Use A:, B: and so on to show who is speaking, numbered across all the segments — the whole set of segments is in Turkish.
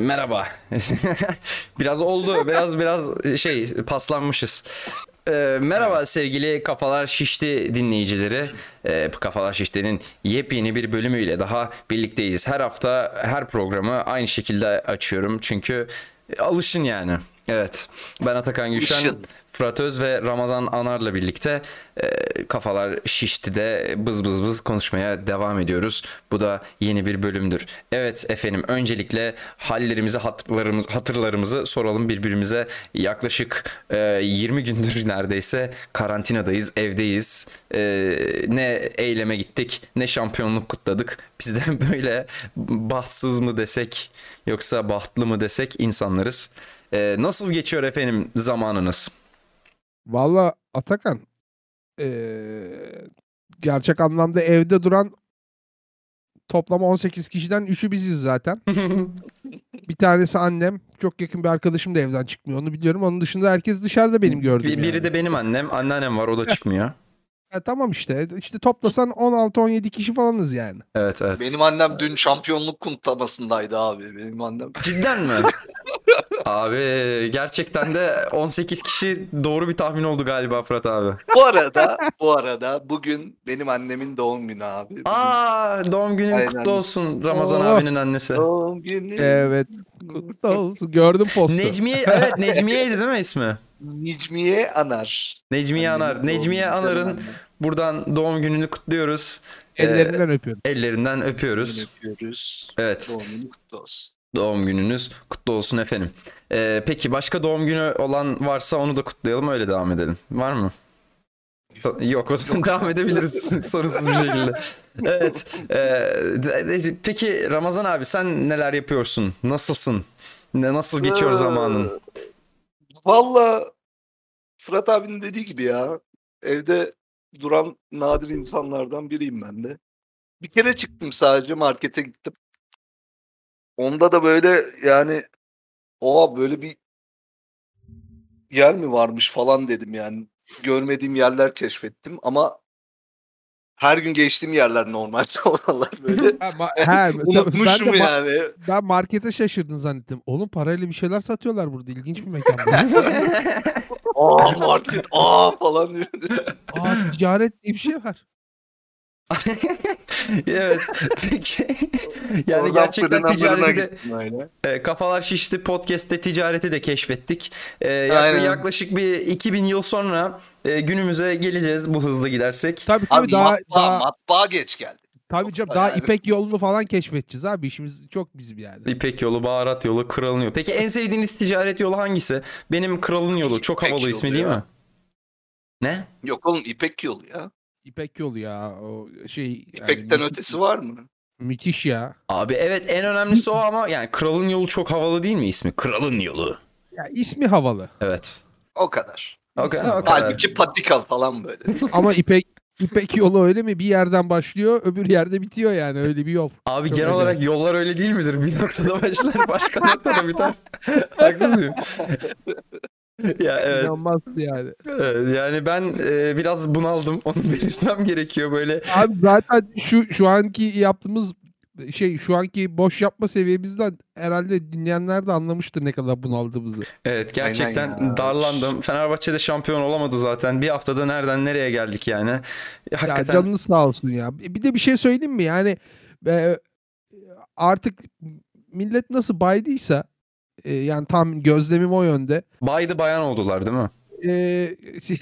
A: Merhaba. Biraz oldu. Biraz paslanmışız.
B: Evet.
A: Merhaba sevgili Kafalar Şişti dinleyicileri. Kafalar Şişti'nin yepyeni bir bölümüyle daha birlikteyiz. Her hafta her programı aynı şekilde açıyorum. Çünkü alışın yani. Evet. Ben Atakan Gülşen,
B: Işın.
A: Fırat Öz ve Ramazan Anar'la birlikte Kafalar Şişti de bız bız bız konuşmaya devam ediyoruz. Bu da yeni bir bölümdür. Evet efendim, öncelikle hallerimizi, hatırlarımızı soralım birbirimize. Yaklaşık 20 gündür neredeyse karantinadayız, evdeyiz. Ne eyleme gittik, ne şampiyonluk kutladık. Bizden böyle bahtsız mı desek, yoksa bahtlı mı desek insanlarız. Nasıl geçiyor efendim zamanınız?
C: Valla Atakan, eee, gerçek anlamda evde duran toplam 18 kişiden 3'ü biziz zaten. Bir tanesi annem. Çok yakın bir arkadaşım da evden çıkmıyor. Onu biliyorum. Onun dışında herkes dışarıda benim gördüğüm
A: Biri
C: yani.
A: de benim annem. Anneannem var, o da çıkmıyor.
C: Tamam işte. İşte toplasan 16-17 kişi falanız yani.
A: Evet evet.
B: Benim annem dün şampiyonluk kutlamasındaydı abi. Benim annem.
A: Cidden mi? Abi gerçekten de 18 kişi doğru bir tahmin oldu galiba Fırat abi.
B: Bu arada bugün benim annemin doğum günü abi. Bugün
A: Doğum günün kutlu
B: aynen
A: olsun Ramazan
C: Oh,
A: abinin annesi.
B: doğum günü.
C: evet. Kutlu olsun. Gördüm postu.
A: Necmiye, evet, Necmiye'ydi değil mi ismi?
B: Nicmiye Anar.
A: Necmiye
B: Annemin
A: Anar.
B: doğum
A: Necmiye
B: günü. Canım
A: Anar'ın
B: annem.
A: buradan doğum gününü kutluyoruz.
C: Ellerinden öpüyorum.
A: Ellerinden
B: Bugün
A: öpüyoruz.
B: öpüyoruz.
A: Evet.
B: Doğum günü kutlu olsun.
A: Doğum gününüz kutlu olsun efendim. Peki başka doğum günü olan varsa onu da kutlayalım, öyle devam edelim. Var mı? Yok, o zaman devam edebiliriz sorunsuz bir şekilde. Evet. Peki Ramazan abi, sen neler yapıyorsun? Nasılsın? Nasıl geçiyor zamanın?
B: Ee, Valla Fırat abinin dediği gibi ya. Evde duran nadir insanlardan biriyim ben de. Bir kere çıktım, sadece markete gittim. Onda da böyle yani oha böyle bir yer mi varmış falan dedim yani. Görmediğim yerler keşfettim ama her gün geçtiğim yerler normalde oralar böyle.
C: Ben
B: Unutmuşum
C: de
B: yani.
C: ben markete şaşırdın zannettim. Oğlum parayla bir şeyler satıyorlar burada. İlginç bir mekan bu.
B: Market falan diyor.
C: Ticaret diye bir şey var.
A: Evet. Peki. Yani
B: Oradan
A: gerçekten
B: fırına mırına
A: ticareti de
B: gittim öyle.
A: Kafalar Şişti podcast'te ticareti de keşfettik.
B: Aynen.
A: Yaklaşık bir 2000 yıl sonra günümüze geleceğiz bu hızla gidersek.
C: Tabii
B: Abi
C: daha
B: matbaa geç geldi.
C: tabii canım,
B: Matbaa
C: daha
B: yani.
C: İpek yolunu falan keşfedeceğiz abi. İşimiz çok bizim yani.
A: İpek yolu, baharat yolu, kralın yolu. Peki en sevdiğiniz ticaret yolu hangisi? Benim kralın yolu. Çok
B: İpek
A: havalı
B: yolu
A: ismi değil
B: ya.
A: mi? Ne?
B: Yok oğlum, İpek yolu ya.
C: İpek yolu ya. O şey yani
B: İpek'ten ötesi var mı?
C: müthiş ya.
A: Abi evet, en önemlisi o ama yani kralın yolu çok havalı değil mi ismi? Kralın yolu.
C: Ya ismi havalı.
A: Evet.
B: O kadar.
A: O kadar.
B: Halbuki patika falan böyle.
C: Ama İpek yolu öyle mi? Bir yerden başlıyor, öbür yerde bitiyor yani. Öyle bir yol.
A: Abi
C: Çok
A: genel
C: acayip.
A: olarak yollar öyle değil midir? Bir noktada başlar, başka noktada biter. Haksız mıyım? Ya evet.
C: İnanılmaz yani.
A: Evet, yani ben biraz bunaldım. Onu belirtmem gerekiyor böyle.
C: Abi zaten şu anki yaptığımız şu anki boş yapma seviyemizden herhalde dinleyenler de anlamıştır ne kadar bunaldığımızı.
A: Evet, gerçekten
B: Aynen ya.
A: darlandım. Fenerbahçe'de şampiyon olamadı zaten. Bir haftada nereden nereye geldik yani.
C: Ya
A: Hakikaten
C: canınız sağ olsun ya. Bir de bir şey söyleyeyim mi? Yani e, artık millet nasıl baydıysa yani tam gözlemim o yönde.
A: baydı bayan oldular değil mi?
C: Şey-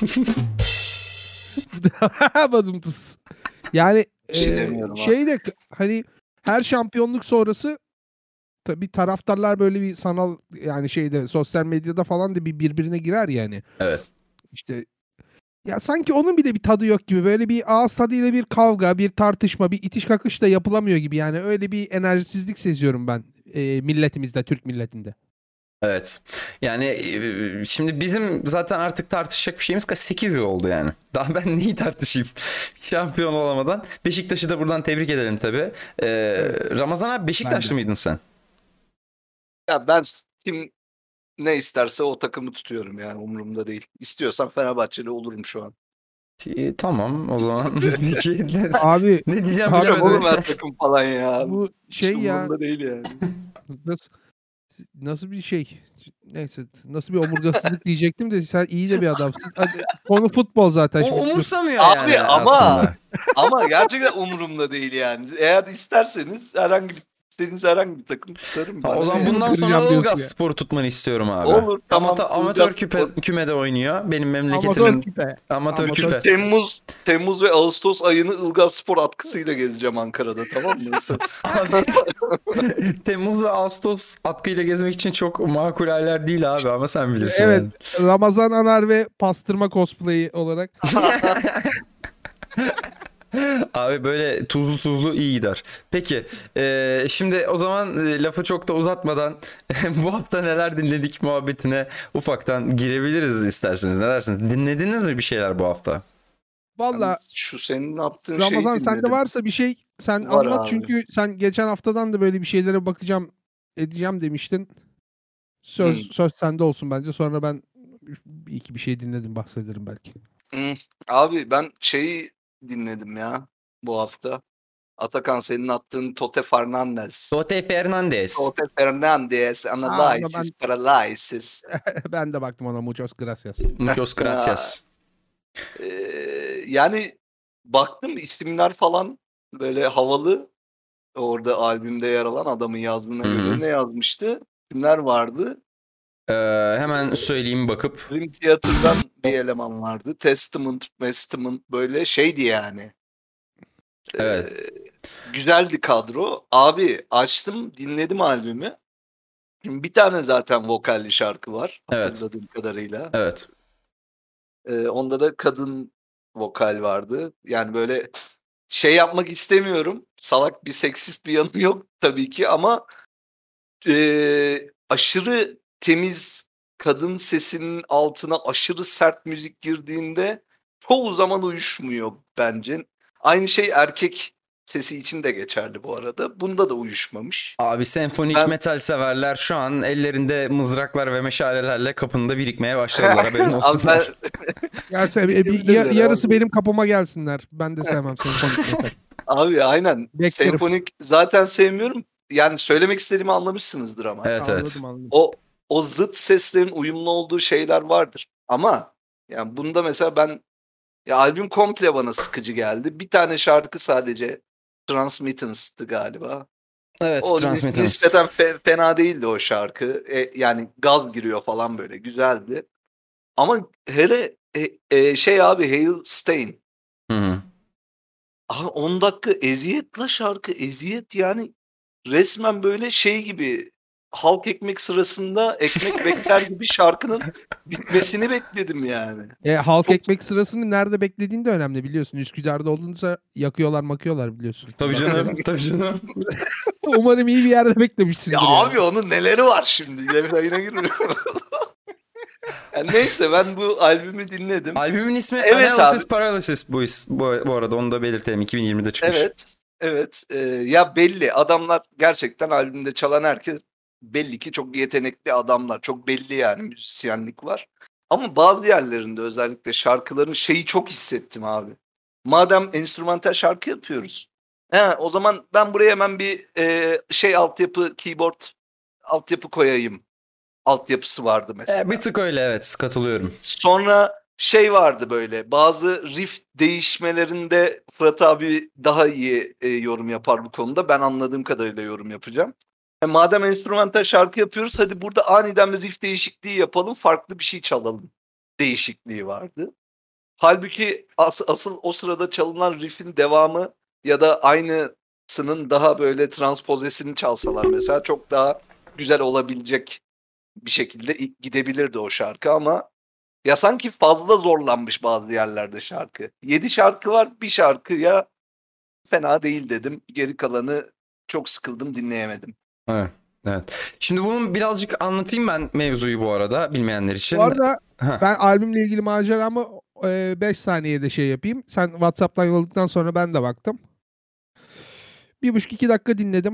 C: Badımtıs. Yani
B: Bir şey demiyorum abi.
C: şey de hani her şampiyonluk sonrası tabii taraftarlar böyle bir sanal yani şeyde sosyal medyada falan da birbirine girer yani.
A: Evet.
C: İşte ya sanki onun bile bir tadı yok gibi. Böyle bir ağız tadıyla bir kavga, bir tartışma, bir itiş kakış da yapılamıyor gibi. Yani öyle bir enerjisizlik seziyorum ben milletimizde, Türk milletinde.
A: Evet. Yani şimdi bizim zaten artık tartışacak bir şeyimiz kaç? 8 yıl oldu yani. Daha ben neyi tartışayım? Şampiyon olamadan. Beşiktaş'ı da buradan tebrik edelim tabii.
C: Evet.
A: Ramazan abi, Beşiktaşlı
C: Ben de.
A: mıydın sen?
B: Ya ben kim ne isterse o takımı tutuyorum yani, umurumda değil. İstiyorsam Fenerbahçeli olurum şu an.
A: Tamam o zaman. Peki,
C: Abi
A: ne diyeceğim
C: abi
B: Biliyorum oğlum,
A: bilemedim.
B: her takım falan ya.
C: bu
B: Hiç
C: şey ya
B: umurumda değil yani.
C: nasıl, nasıl bir şey? Neyse nasıl bir omurgasızlık diyecektim de sen iyi de bir adamsın. Hadi, konu futbol zaten.
A: O
C: Şimdi.
A: umursamıyor
B: Abi
A: yani
B: ama
A: aslında.
B: ama gerçekten umurumda değil yani. Eğer isterseniz istediğiniz herhangi bir takım tutarım.
A: Ha, o
B: Bana
A: zaman
B: ne?
A: bundan sonra
C: Kıracağım diyorsun
A: Ilgaz
C: ya.
A: Spor'u tutmanı istiyorum abi.
B: Olur, tamam,
A: Amatör
B: Ilgaz
A: kümede oynuyor. Benim
C: Amatör
A: memleketimin
C: küpe.
A: amatör küpe.
B: Temmuz ve Ağustos ayını Ilgazspor atkısıyla gezeceğim Ankara'da, tamam mı?
A: Abi, Temmuz ve Ağustos atkıyla gezmek için çok makul aylar değil abi ama sen bilirsin
C: Evet.
A: yani.
C: Ramazan Anar ve pastırma cosplay'i olarak.
A: Abi böyle tuzlu tuzlu iyi gider. Peki şimdi o zaman lafı çok da uzatmadan bu hafta neler dinledik muhabbetine ufaktan girebiliriz isterseniz. Ne dersiniz? Dinlediniz mi bir şeyler bu hafta?
C: Valla
B: Şu senin attığın şeyi
C: Ramazan sende
B: dinledim.
C: varsa bir şey sen
B: Var
C: anlat
B: abi.
C: çünkü sen geçen haftadan da böyle bir şeylere bakacağım edeceğim demiştin. Söz sende olsun bence. Sonra ben bir iki bir şey dinledim bahsederim belki.
B: Abi ben şeyi dinledim ya bu hafta. Atakan, senin attığın Tote Fernandez.
A: Tote Fernandez.
B: Tote Fernandez,
C: ona
B: Analysis, Paralysis.
C: Ben de baktım ona muchos gracias.
A: Muchos gracias.
B: Yani baktım isimler falan böyle havalı. Orada albümde yer alan adamın yazdığına
A: Hı hı.
B: göre ne yazmıştı? Kimler vardı?
A: Hemen söyleyeyim bakıp.
B: Dream Theater'dan bir eleman vardı. Testament böyle şeydi yani.
A: Evet.
B: Güzeldi kadro. Abi açtım, dinledim albümü. Şimdi bir tane zaten vokalli şarkı var
A: Evet.
B: hatırladığım kadarıyla.
A: Evet.
B: Onda da kadın vokal vardı. Yani böyle şey yapmak istemiyorum. Salak bir seksist bir yanım yok tabii ki ama aşırı temiz kadın sesinin altına aşırı sert müzik girdiğinde çoğu zaman uyuşmuyor bence. Aynı şey erkek sesi için de geçerli bu arada. Bunda da uyuşmamış.
A: Abi senfonik metal severler şu an ellerinde mızraklar ve meşalelerle kapında birikmeye başladılar. Haberin olsun.
B: Abi
C: Gerçi yarısı
B: abi.
C: benim kapıma gelsinler. Ben de sevmem senfonik metal.
B: Abi aynen.
C: Beklerim.
B: Senfonik zaten sevmiyorum. Yani söylemek istediğimi anlamışsınızdır ama.
A: Evet, evet.
C: Anladım.
B: O zıt seslerin uyumlu olduğu şeyler vardır. Ama yani bunda mesela ben albüm komple bana sıkıcı geldi. Bir tane şarkı sadece Transmittance'tı galiba.
A: Evet,
B: O
A: Transmittance.
B: nispeten fena değildi o şarkı. Yani gaz giriyor falan böyle. Güzeldi. Ama hele şey abi, Hailstain.
A: Hı hı.
B: Abi 10 dakika eziyet la şarkı. Eziyet yani resmen böyle şey gibi, halk ekmek sırasında ekmek bekler gibi şarkının bitmesini bekledim yani.
C: Halk
B: Çok-
C: ekmek sırasını nerede beklediğin de önemli biliyorsun. Üsküdar'da olduğunda yakıyorlar makıyorlar biliyorsun.
A: Tabii canım, tabii canım.
C: Umarım iyi bir yerde beklemişsindir.
B: Ya abi onun neleri var şimdi? Detayına girmiyorum. Yani neyse ben bu albümü dinledim.
A: Albümün ismi
B: Evet
A: Analysis
B: abi.
A: Paralysis bu arada onu da belirtelim. 2020'de çıkmış.
B: Evet. Ya belli adamlar gerçekten albümde çalan herkes belli ki çok yetenekli adamlar. Çok belli yani müzisyenlik var. Ama bazı yerlerinde özellikle şarkıların şeyi çok hissettim abi. Madem enstrümantal şarkı yapıyoruz. O zaman ben buraya hemen bir altyapı, keyboard altyapı koyayım. Altyapısı vardı mesela.
A: Bir tık öyle, evet, katılıyorum.
B: Sonra şey vardı böyle, bazı riff değişmelerinde Fırat abi daha iyi yorum yapar bu konuda. Ben anladığım kadarıyla yorum yapacağım. Madem enstrümantal şarkı yapıyoruz, hadi burada aniden bir riff değişikliği yapalım, farklı bir şey çalalım değişikliği vardı. Halbuki asıl o sırada çalınan riffin devamı ya da aynısının daha böyle transpozesini çalsalar mesela çok daha güzel olabilecek bir şekilde gidebilirdi o şarkı ama ya sanki fazla zorlanmış bazı yerlerde şarkı. 7 şarkı var, bir şarkı ya fena değil dedim. Geri kalanı çok sıkıldım, dinleyemedim.
A: Evet. Şimdi bunu birazcık anlatayım ben mevzuyu bu arada bilmeyenler için.
C: Bu arada ben albümle ilgili maceramı 5 saniyede şey yapayım. Sen WhatsApp'tan yolladıktan sonra ben de baktım. 1,5-2 dakika dinledim.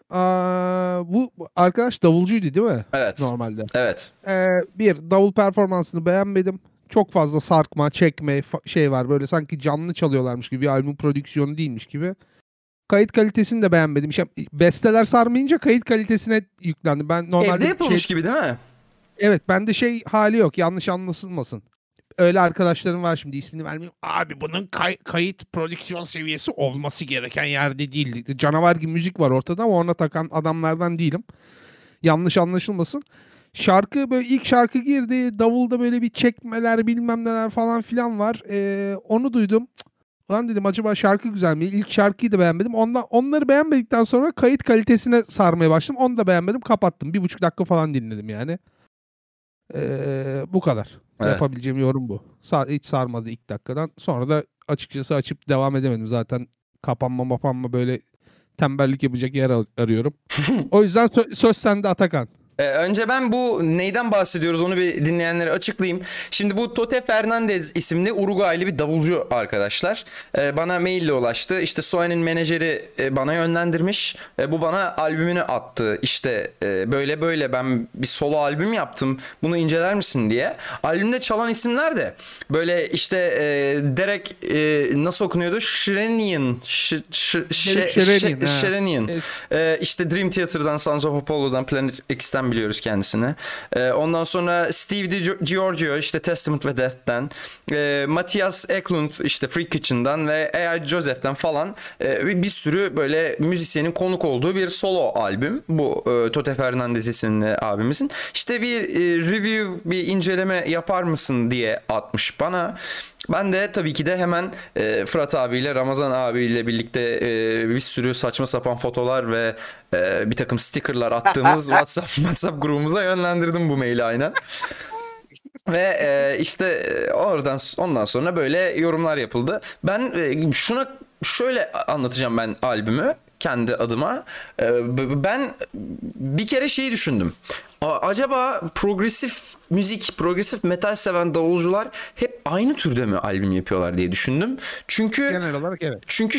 C: Bu arkadaş davulcuydu değil mi?
A: Evet.
C: Normalde.
A: Evet.
C: Bir davul performansını beğenmedim. Çok fazla sarkma, çekme şey var. Böyle sanki canlı çalıyorlarmış gibi bir albüm prodüksiyonu değilmiş gibi. Kayıt kalitesini de beğenmedim. İşte besteler sarmayınca kayıt kalitesine yüklendim. Ben normalde
A: Evde yapılmış gibi değil mi?
C: Evet, bende hali yok. Yanlış anlaşılmasın. Öyle arkadaşlarım var, şimdi ismini vermeyeyim. Abi bunun kayıt prodüksiyon seviyesi olması gereken yerde değil. Canavar gibi müzik var ortada ama ona takan adamlardan değilim. Yanlış anlaşılmasın. Şarkı böyle, ilk şarkı girdi. Davulda böyle bir çekmeler bilmem neler falan filan var. Onu duydum. Ulan dedim, acaba şarkı güzel mi? İlk şarkıyı da beğenmedim. Onları beğenmedikten sonra kayıt kalitesine sarmaya başladım. Onu da beğenmedim. Kapattım. 1,5 dakika falan dinledim yani. Bu kadar.
A: Evet.
C: Yapabileceğim yorum bu. Hiç sarmadı ilk dakikadan. Sonra da açıkçası açıp devam edemedim. Zaten kapanma böyle tembellik yapacak yer arıyorum. O yüzden söz sende Atakan.
A: Önce ben bu neyden bahsediyoruz onu bir dinleyenlere açıklayayım. Şimdi bu Tote Fernandez isimli Uruguaylı bir davulcu arkadaşlar. Bana maille ulaştı. İşte Soen'in menajeri bana yönlendirmiş. Bu bana albümünü attı. İşte böyle ben bir solo albüm yaptım. Bunu inceler misin diye. Albümde çalan isimler de böyle işte Derek nasıl okunuyordu? Sherenian. Sherenian. İşte Dream Theater'dan, Sons of Apollo'dan, Planet X'ten biliyoruz kendisini. Ondan sonra Steve DiGiorgio işte Testament ve Death'ten, Matthias Eklund işte Free Kitchen'dan ve A.I. Joseph'ten falan bir sürü böyle müzisyenin konuk olduğu bir solo albüm. Bu Tote Fernandez isimli abimizin. İşte bir review, bir inceleme yapar mısın diye atmış bana. Ben de tabii ki de hemen Fırat abiyle, Ramazan abiyle birlikte bir sürü saçma sapan fotolar ve bir takım stickerlar attığımız WhatsApp grubumuza yönlendirdim bu maili aynen. Ve işte ondan sonra böyle yorumlar yapıldı. Ben şöyle anlatacağım ben albümü kendi adıma. Ben bir kere şeyi düşündüm. Acaba progresif müzik, progresif metal seven davulcular hep aynı türde mi albüm yapıyorlar diye düşündüm. Çünkü
C: genel olarak evet.
A: Çünkü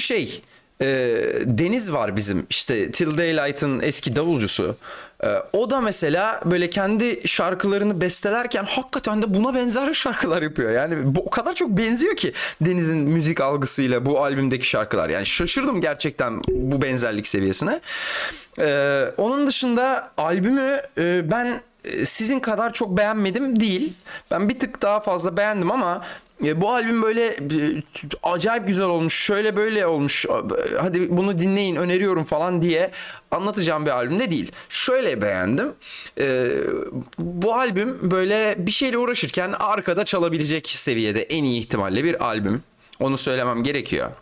A: Deniz var bizim işte Till Daylight'ın eski davulcusu. O da mesela böyle kendi şarkılarını bestelerken hakikaten de buna benzer şarkılar yapıyor. Yani o kadar çok benziyor ki Deniz'in müzik algısıyla bu albümdeki şarkılar. Yani şaşırdım gerçekten bu benzerlik seviyesine. Onun dışında albümü ben sizin kadar çok beğenmedim değil. Ben bir tık daha fazla beğendim ama bu albüm böyle acayip güzel olmuş, şöyle böyle olmuş, hadi bunu dinleyin öneriyorum falan diye anlatacağım bir albüm de değil. Şöyle beğendim. Bu albüm böyle bir şeyle uğraşırken arkada çalabilecek seviyede en iyi ihtimalle bir albüm. Onu söylemem gerekiyor.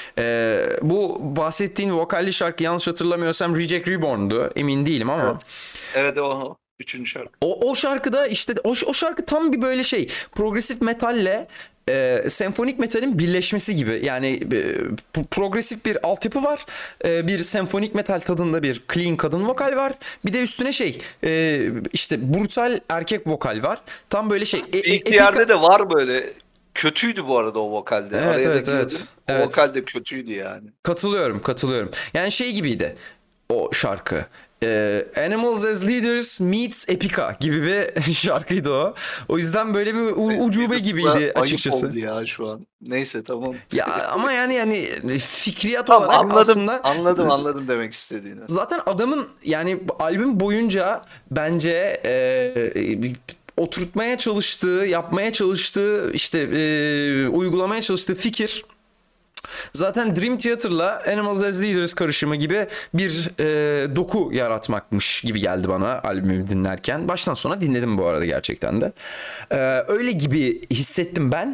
A: Bu bahsettiğin vokalli şarkı yanlış hatırlamıyorsam Reject Reborn'du. Emin değilim ama.
B: Evet o. Üçüncü şarkı.
A: O şarkıda işte o şarkı tam bir böyle progresif metalle senfonik metalin birleşmesi gibi. Yani progresif bir altyapı var. Bir senfonik metal tadında bir clean kadın vokal var. Bir de üstüne işte brutal erkek vokal var. Tam böyle
B: İlk bir yerde de var böyle. Kötüydü bu arada o vokalde.
A: Evet.
B: O vokal de kötüydü yani.
A: Katılıyorum. Yani gibiydi o şarkı. Animals as Leaders meets Epica gibi bir şarkıydı o. O yüzden böyle bir ucube gibiydi açıkçası.
B: Ayıp oldu ya şu an. Neyse tamam.
A: Ya ama yani fikriyat
B: tamam,
A: olarak aslında
B: anladım demek istediğini.
A: Zaten adamın yani albüm boyunca bence oturtmaya çalıştığı, yapmaya çalıştığı, işte uygulamaya çalıştığı fikir zaten Dream Theater'la Animals as Leaders karışımı gibi bir doku yaratmakmış gibi geldi bana albümü dinlerken. Baştan sona dinledim bu arada gerçekten de. Öyle gibi hissettim ben.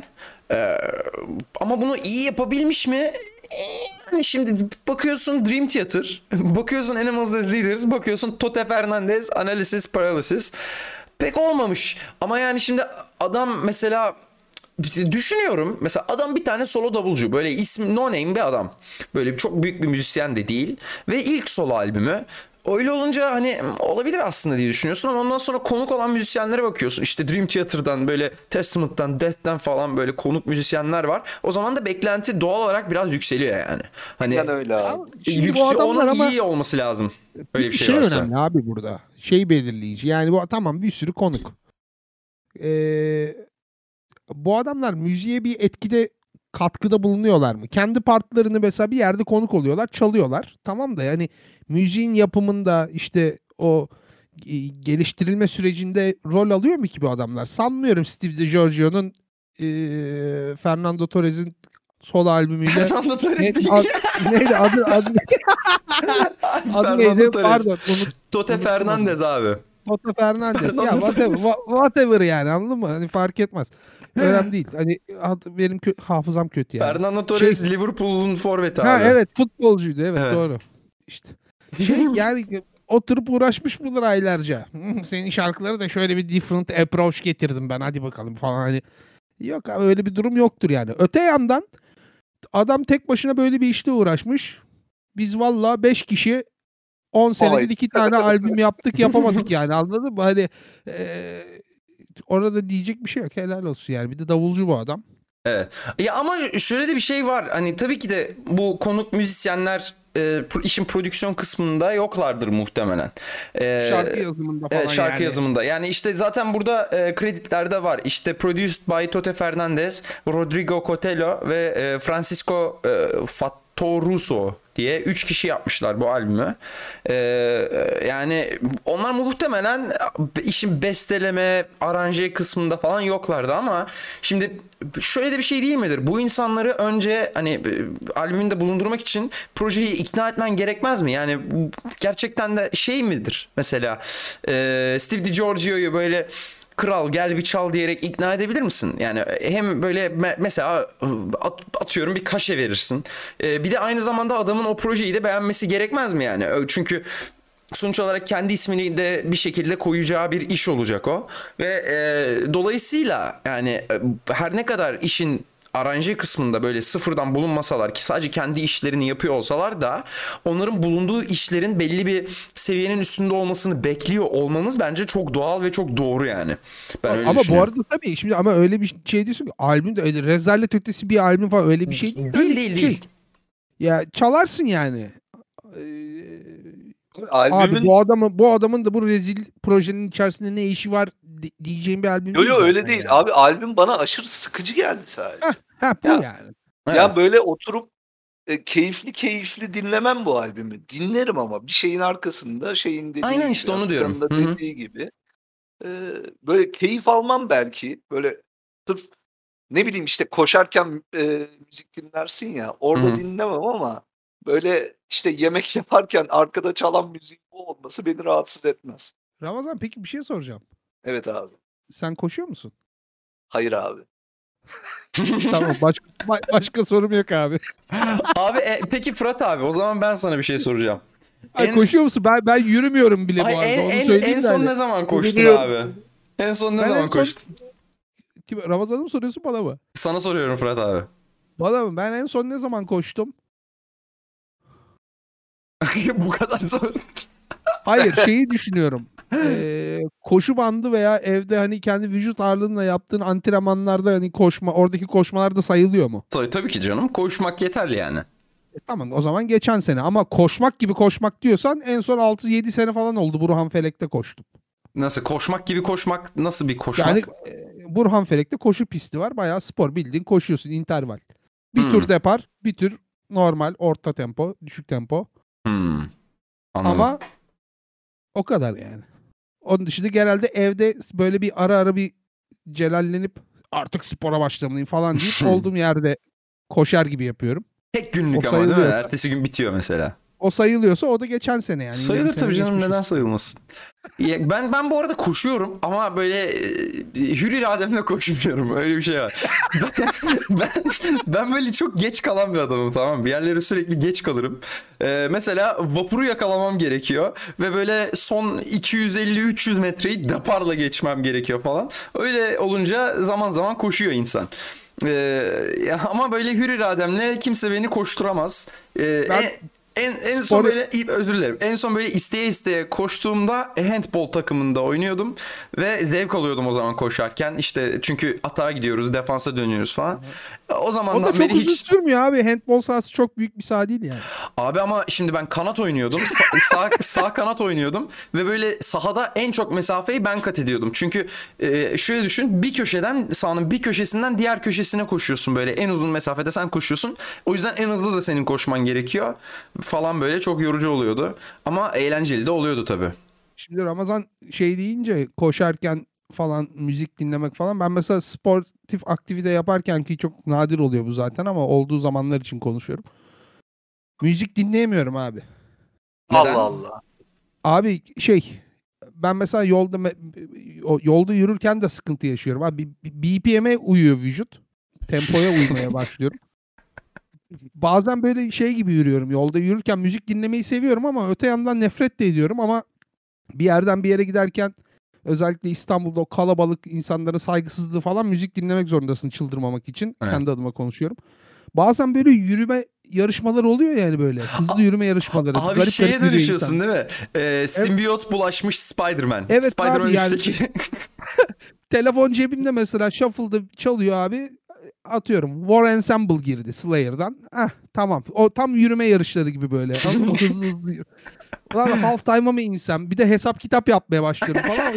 A: Ama bunu iyi yapabilmiş mi? Yani şimdi bakıyorsun Dream Theater, bakıyorsun Animals as Leaders, bakıyorsun Tote Fernandez, Analysis Paralysis. Pek olmamış. Ama yani şimdi adam mesela düşünüyorum. Mesela adam bir tane solo davulcu. Böyle ismi no name bir adam. Böyle çok büyük bir müzisyen de değil. Ve ilk solo albümü. Öyle olunca hani olabilir aslında diye düşünüyorsun ama ondan sonra konuk olan müzisyenlere bakıyorsun. İşte Dream Theater'dan böyle Testament'tan, Death'ten falan böyle konuk müzisyenler var. O zaman da beklenti doğal olarak biraz yükseliyor yani. Hani
B: öyle abi.
A: Onun iyi olması lazım. Öyle bir şey varsa.
C: Önemli abi burada. Belirleyici. Yani bu tamam bir sürü konuk. Bu adamlar müziğe bir etkide katkıda bulunuyorlar mı? Kendi partlarını mesela bir yerde konuk oluyorlar, çalıyorlar. Tamam da yani müziğin yapımında işte o geliştirilme sürecinde rol alıyor mu ki bu adamlar? Sanmıyorum Steve DiGiorgio'nun Fernando Torres'in solo albümüyle
A: Fernando Torres değil.
C: neydi adı
A: Fernando
C: neydi?
A: Torres.
C: Pardon.
A: Tote Fernandez abi.
C: Toto Fernandez. Ya
A: Fernando
C: whatever,
A: Torres.
C: whatever yani, anladın mı? Hani fark etmez. Önemli değil. Hani benim hafızam kötü yani.
A: Fernando Torres Liverpool'un forveti
C: Ha
A: abi.
C: evet, futbolcuydu, evet,
A: Evet.
C: doğru. İşte yani oturup uğraşmış mıdır aylarca? Senin şarkıları da şöyle bir different approach getirdim ben, hadi bakalım falan, hani yok abi, öyle bir durum yoktur yani. Öte yandan adam tek başına böyle bir işle uğraşmış. Biz valla 5 kişi 10 senedir
B: Vay.
C: 2 tane albüm yaptık, yapamadık yani, anladın mı? Hani orada diyecek bir şey yok, helal olsun yani. Bir de davulcu bu adam.
A: Evet. Ya ama şöyle de bir şey var. Hani tabii ki de bu konuk müzisyenler işin prodüksiyon kısmında yoklardır muhtemelen.
C: Şarkı yazımında falan
A: Evet, şarkı
C: yani.
A: yazımında. Yani işte zaten burada kreditlerde var. İşte produced by Tote Fernandez, Rodrigo Cotelo ve Francisco Fattoruso diye 3 kişi yapmışlar bu albümü. Yani onlar muhtemelen işin besteleme, aranje kısmında falan yoklardı ama şimdi şöyle de bir şey değil midir? Bu insanları önce hani albümünde bulundurmak için projeyi ikna etmen gerekmez mi? Yani gerçekten de şey midir? Mesela Steve DiGiorgio'yu böyle kral gel bir çal diyerek ikna edebilir misin? Yani hem böyle mesela atıyorum bir kaşe verirsin. Bir de aynı zamanda adamın o projeyi de beğenmesi gerekmez mi yani? Çünkü sonuç olarak kendi ismini de bir şekilde koyacağı bir iş olacak o. Ve dolayısıyla yani her ne kadar işin aranje kısmında böyle sıfırdan bulunmasalar ki sadece kendi işlerini yapıyor olsalar da onların bulunduğu işlerin belli bir seviyenin üstünde olmasını bekliyor olmamız bence çok doğal ve çok doğru yani. Ben öyle
C: ama bu
A: düşünüyorum.
C: arada tabii şimdi, ama öyle bir şey diyorsun ki albüm de öyle rezalet ötesi bir albüm falan, öyle bir şey değil.
A: Değil.
C: Ya çalarsın yani. Abi
B: Albümün
C: bu adamın da bu rezil projenin içerisinde ne işi var diyeceğim bir albüm değil
B: yo
C: zaten
B: öyle değil.
C: yani.
B: Abi albüm bana aşırı sıkıcı geldi sadece.
C: Bu
B: Ya,
C: yani.
A: Evet.
B: ya böyle oturup keyifli dinlemem bu albümü. Dinlerim ama bir şeyin arkasında şeyin dediği
A: Aynen
B: gibi,
A: işte onu diyorum.
B: Atakan'ın da
A: Hı hı.
B: dediği gibi. Böyle keyif almam belki. Böyle sırf ne bileyim işte koşarken müzik dinlersin ya.
A: Hı
B: Orada
A: hı.
B: dinlemem ama böyle işte yemek yaparken arkada çalan müzik bu olması beni rahatsız etmez.
C: Ramazan, peki bir şey soracağım.
B: Evet abi.
C: Sen koşuyor musun?
B: Hayır abi.
C: Tamam, başka sorum yok abi.
A: Abi peki Fırat abi o zaman ben sana bir şey soracağım.
C: Ay, koşuyor musun? Ben yürümüyorum bile bu arada. Onu söyleyeyim
A: en
C: de
A: son
C: hani.
A: ne zaman koştun
B: Biliyorum.
A: abi? En son ne
C: Ben en
A: zaman
C: son-
A: koştun?
C: Ramazan'ı mı soruyorsun, bana mı?
A: Sana soruyorum Fırat abi.
C: Bana mı? Ben en son ne zaman koştum?
A: Bu kadar zor.
C: Hayır, şeyi düşünüyorum. Koşu bandı veya evde hani kendi vücut ağırlığınla yaptığın antrenmanlarda hani oradaki koşmalar da sayılıyor mu?
A: Tabii ki canım. Koşmak yeterli yani.
C: Tamam, o zaman geçen sene, ama koşmak gibi koşmak diyorsan en son 6-7 sene falan oldu, Burhanfelek'te koştum.
A: Nasıl koşmak gibi koşmak, nasıl bir koşmak?
C: Yani Burhanfelek'te koşu pisti var, bayağı spor, bildiğin koşuyorsun, interval. Bir
A: Hmm.
C: tur depar, bir tur normal, orta tempo, düşük tempo.
A: Anladım.
C: Ama o kadar yani. Onun dışında genelde evde böyle bir ara bir celallenip artık spora başlamalıyım falan deyip olduğum yerde koşar gibi yapıyorum.
A: Tek günlük
C: O
A: ama değil mi?
C: sayılıyor.
A: Ertesi gün bitiyor mesela.
C: O sayılıyorsa o da geçen sene yani.
A: Sayılır
C: İleri sene
A: tabii canım,
C: geçmişiz.
A: neden sayılmasın? Ben bu arada koşuyorum ama böyle hür irademle koşmuyorum. Öyle bir şey var. Ben böyle çok geç kalan bir adamım, tamam mı? Bir yerlere sürekli geç kalırım. Mesela vapuru yakalamam gerekiyor ve böyle son 250-300 metreyi deparla geçmem gerekiyor falan. Öyle olunca zaman zaman koşuyor insan. Ama böyle hür irademle kimse beni koşturamaz.
C: Ben
A: En son böyle özür dilerim. En son böyle isteye isteye koştuğumda handball takımında oynuyordum ve zevk alıyordum o zaman koşarken. İşte çünkü atağa gidiyoruz, defansa dönüyoruz falan. O
C: O da
A: zamandan
C: çok
A: beri
C: uzun
A: hiç
C: sürmüyor abi. Handball sahası çok büyük bir saha değil yani.
A: abi ama şimdi ben kanat oynuyordum. Sağ kanat oynuyordum ve böyle sahada en çok mesafeyi ben kat ediyordum. Çünkü şöyle düşün, bir köşeden sahanın bir köşesinden diğer köşesine koşuyorsun, böyle en uzun mesafede sen koşuyorsun. O yüzden en hızlı da senin koşman gerekiyor falan, böyle çok yorucu oluyordu. Ama eğlenceli de oluyordu tabii.
C: Şimdi Ramazan şey deyince koşarken falan müzik dinlemek falan. Ben mesela sportif aktivite yaparken, ki çok nadir oluyor bu zaten ama olduğu zamanlar için konuşuyorum. Müzik dinleyemiyorum abi.
A: Neden?
B: Allah Allah.
C: Abi ben mesela yolda yürürken de sıkıntı yaşıyorum. Abi BPM'e uyuyor vücut. Tempoya uymaya başlıyorum. Bazen böyle şey gibi yürüyorum. Yolda yürürken müzik dinlemeyi seviyorum ama öte yandan nefret de ediyorum, ama bir yerden bir yere giderken özellikle İstanbul'da o kalabalık insanların saygısızlığı falan, müzik dinlemek zorundasın çıldırmamak için.
A: Evet.
C: Kendi adıma konuşuyorum. Bazen böyle yürüme yarışmaları oluyor yani böyle. Hızlı yürüme yarışmaları.
A: Abi
C: Garip
A: şeye
C: garip yürüyor
A: dönüşüyorsun
C: insan.
A: değil mi? Simbiyot bulaşmış Spider-Man.
C: Evet
A: Spider-Man
C: abi, yani
A: 3'teki.
C: telefon cebimde mesela shuffle'da çalıyor abi. Atıyorum War Ensemble girdi Slayer'dan. Tamam. O tam yürüme yarışları gibi böyle. Anladın mı? Hızlı hızlı yürü. Ulan half time'a mı insem? Bir de hesap kitap yapmaya başlıyorum falan.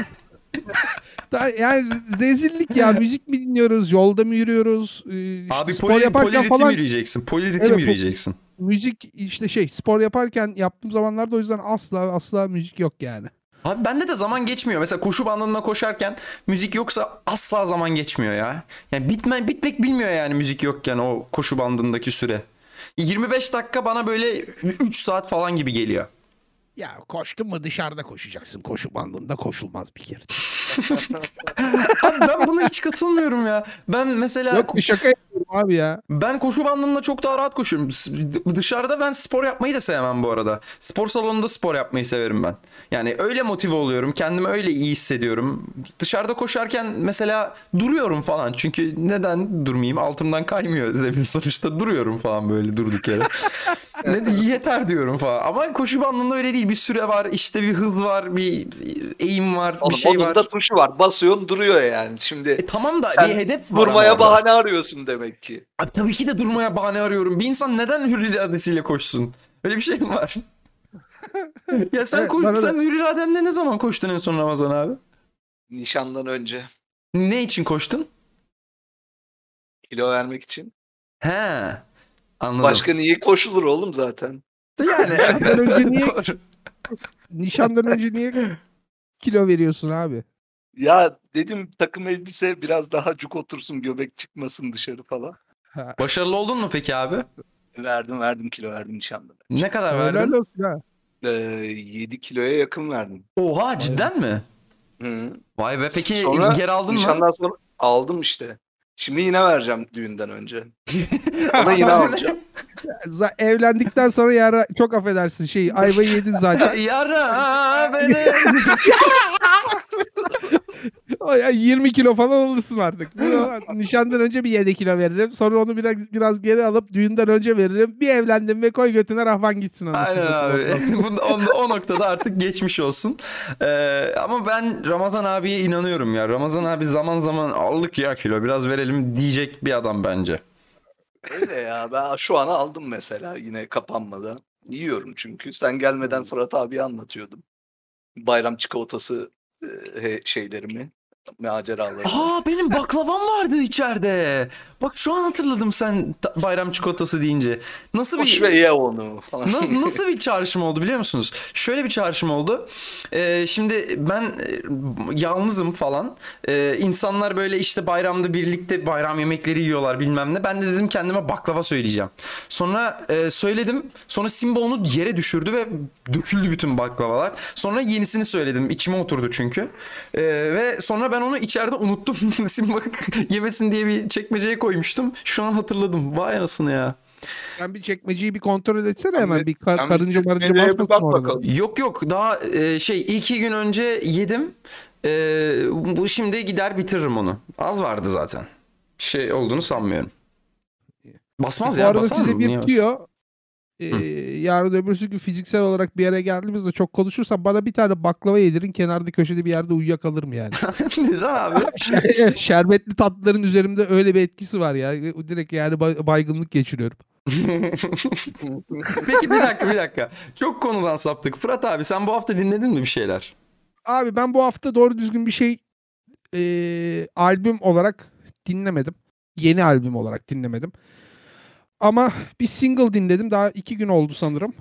C: Yani rezillik ya. Müzik mi dinliyoruz? Yolda mı yürüyoruz? İşte
A: Abi
C: spor yaparken
A: poliritim
C: falan.
A: yürüyeceksin. Poliritim
C: Evet,
A: yürüyeceksin.
C: müzik işte spor yaparken yaptığım zamanlarda o yüzden asla müzik yok yani.
A: Abi bende de zaman geçmiyor. Mesela koşu bandında koşarken müzik yoksa asla zaman geçmiyor ya. Yani bitmek bilmiyor yani müzik yokken o koşu bandındaki süre. 25 dakika bana böyle 3 saat falan gibi geliyor.
C: Ya koştun mu dışarıda koşacaksın. Koşu bandında koşulmaz bir kere.
A: Abi ben buna hiç katılmıyorum ya. Ben mesela
C: Yok, bir şaka yapıyorum abi ya.
A: ben koşu bandında çok daha rahat koşuyorum. Dışarıda ben spor yapmayı da sevmem bu arada. Spor salonunda spor yapmayı severim ben. Yani öyle motive oluyorum. Kendimi öyle iyi hissediyorum. Dışarıda koşarken mesela duruyorum falan. Çünkü neden durmayayım? Altımdan kaymıyor zemin, sonuçta duruyorum falan böyle durduk yere. Yeter diyorum falan. Ama koşu bandında öyle değil. Bir süre var, işte bir hız var, bir eğim var,
B: Oğlum,
A: bir şey
B: onun
A: var.
B: da tuşu var. Basıyorsun duruyor yani. Şimdi
A: Tamam da
B: sen
A: bir hedef var ama
B: durmaya
A: orada.
B: bahane arıyorsun demek ki.
A: Abi tabii ki de durmaya bahane arıyorum. Bir insan neden hür iradesiyle koşsun? Öyle bir şey mi var? Ya sen
C: Evet, bana da
A: sen hür iradenle ne zaman koştun en son Ramazan abi?
B: Nişandan önce
A: Ne için koştun?
B: kilo vermek için.
A: He, anladım.
B: Başka niye koşulur oğlum zaten?
A: Yani
C: nişandan önce niye
A: Doğru.
C: kilo veriyorsun abi?
B: Ya dedim takım elbise biraz daha cuk otursun, göbek çıkmasın dışarı falan.
C: Ha,
A: Başarılı oldun mu peki abi?
B: Verdim kilo verdim nişandan.
A: Ne kadar
C: helal
A: verdin?
C: olsun ha.
B: 7 kiloya yakın verdim.
A: Oha, cidden mi?
B: Hı.
A: Vay be, peki
B: Sonra
A: geri aldın mı?
B: nişandan sonra aldım işte. Şimdi yine vereceğim düğünden önce. Ona yine alacağım.
C: Evlendikten sonra yara, çok affedersin, ayvayı yedin zaten.
A: Yara beni.
C: O ya 20 kilo falan olursun artık. Nişandan önce bir 7 kilo veririm. Sonra onu biraz geri alıp düğünden önce veririm. Bir evlendim ve koy götüne rahvan gitsin.
A: Aynen abi. O noktada artık geçmiş olsun. Ama ben Ramazan abiye inanıyorum ya. Ramazan abi zaman zaman aldık ya kilo, biraz verelim diyecek bir adam bence.
B: Öyle ya, ben şu an aldım mesela yine kapanmadan. Yiyorum çünkü. Sen gelmeden Fırat abi anlatıyordum. Bayram çikolatası şeylerimi, maceralarımı.
A: Aa, benim baklavam vardı içeride. Bak şu an hatırladım sen bayram çikolatası deyince. Nasıl
B: Boş ve ye onu falan.
A: Nasıl bir çağrışım oldu biliyor musunuz? Şöyle bir çağrışım oldu. Şimdi ben yalnızım falan. İnsanlar böyle işte bayramda birlikte bayram yemekleri yiyorlar bilmem ne. Ben de dedim kendime baklava söyleyeceğim. Sonra söyledim. Sonra Simba onu yere düşürdü ve döküldü bütün baklavalar. Sonra yenisini söyledim. İçime oturdu çünkü. Ve sonra ben onu içeride unuttum. Simba yemesin diye bir çekmeceye koymuştum. Şu an hatırladım. Vay anasını ya.
C: Sen bir çekmeciyi bir kontrol etsene
B: Sen
C: hemen.
B: bir-
C: Bir
B: sen bir
C: karınca marınca
B: çekmeceye bir
C: basmasın
B: bak
C: orada.
B: bakalım.
A: Yok daha 2 gün önce yedim. Bu şimdi gider bitiririm onu. Az vardı zaten. Şey olduğunu sanmıyorum. Basmaz
C: Bu
A: ya,
C: arada
A: basar
C: size
A: mı?
C: bir
A: Niye basar?
C: tüyo. Yarın öbürsü gün fiziksel olarak bir yere geldiğimizde çok konuşursam bana bir tane baklava yedirin, kenarda köşede bir yerde uyuyakalırım yani.
A: Neden abi?
C: Şerbetli tatlıların üzerimde öyle bir etkisi var ya. Direkt yani baygınlık geçiriyorum.
A: Peki bir dakika. Çok konudan saptık. Fırat abi sen bu hafta dinledin mi bir şeyler?
C: Abi ben bu hafta doğru düzgün bir şey albüm olarak dinlemedim. Yeni albüm olarak dinlemedim. Ama bir single dinledim. Daha 2 gün oldu sanırım.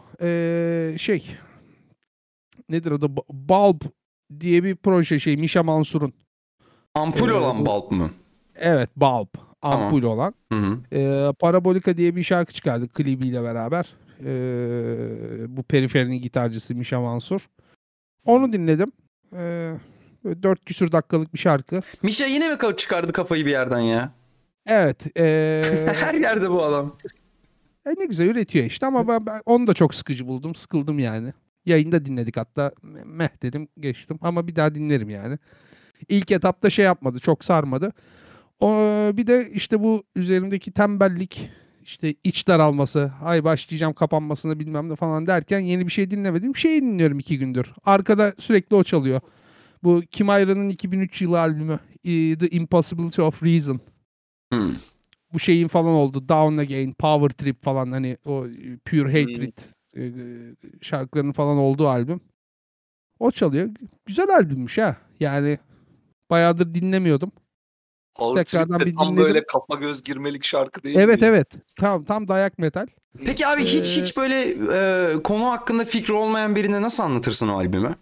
C: Nedir adı? Bulb diye bir proje Misha Mansur'un.
A: Ampul olan Bulb mı?
C: Evet, Bulb.
A: Tamam.
C: Ampul olan.
A: Hı-hı.
C: Parabolika diye bir şarkı çıkardı klibiyle beraber. Bu Periferinin gitarcısı Misha Mansur. Onu dinledim. 4 küsür dakikalık bir şarkı.
A: Misha yine mi çıkardı kafayı bir yerden ya?
C: Evet.
A: Her yerde bu adam.
C: Ne güzel üretiyor işte ama ben onu da çok sıkıcı buldum. Sıkıldım yani. Yayında dinledik hatta. Meh dedim, geçtim ama bir daha dinlerim yani. İlk etapta şey yapmadı, çok sarmadı. Bir de işte bu üzerimdeki tembellik, işte iç daralması, ay başlayacağım kapanmasına bilmem ne falan derken yeni bir şey dinlemedim. Şeyi dinliyorum 2 gündür. Arkada sürekli o çalıyor. Bu Kim Ayra'nın 2003 yılı albümü The Impossibility of Reason. Bu şeyin falan oldu. Down Again, Power Trip falan, hani o Pure Hatred şarkılarının falan olduğu albüm. O çalıyor. Güzel albümmüş ha. Yani bayağıdır dinlemiyordum.
B: Power
C: Tekrardan
B: Trip de
C: bir
B: tam
C: dinledim.
B: böyle kafa göz girmelik şarkı değil
C: Evet
B: mi?
C: evet. Tam dayak metal.
A: Peki abi hiç böyle konu hakkında fikri olmayan birine nasıl anlatırsın o albümü?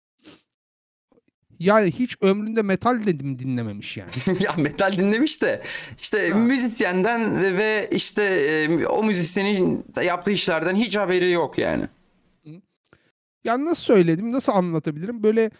C: Yani hiç ömründe metal dedim dinlememiş yani.
A: Ya metal dinlemiş de işte müzisyenden ve işte o müzisyenin yaptığı işlerden hiç haberi yok yani.
C: Yani nasıl söyledim, nasıl anlatabilirim? Böyle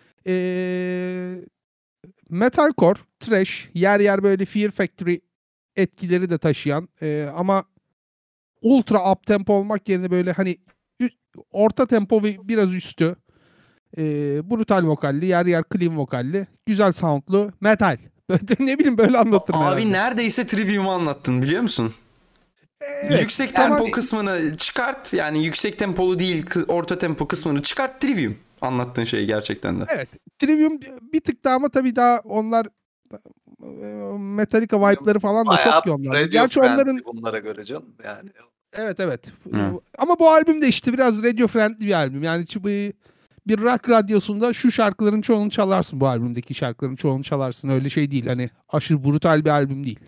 C: metalcore, thrash, yer yer böyle Fear Factory etkileri de taşıyan ama ultra up tempo olmak yerine böyle hani orta tempo ve biraz üstü, brutal vokalli, yer yer clean vokalli, güzel soundlu metal. Böyle, ne bileyim, böyle anlatırım
A: Abi
C: herhalde.
A: neredeyse Trivium'u anlattın biliyor musun?
C: Evet,
A: Yüksek tempo
C: ama
A: kısmını çıkart, yani yüksek tempolu değil orta tempo kısmını çıkart, Trivium anlattığın şey gerçekten de.
C: evet, Trivium bir tık daha ama tabii daha onlar Metallica vibe'ları falan da
B: Bayağı
C: çok iyi onlarda.
B: radio
C: Gerçi
B: friendly
C: onların
B: bunlara göre canım yani.
C: evet.
A: Hı.
C: Ama bu albüm de işte biraz radio friendly bir albüm. Yani bir rock radyosunda şu şarkıların çoğunu çalarsın, bu albümdeki şarkıların çoğunu çalarsın. Öyle şey değil, hani aşırı brutal bir albüm değil.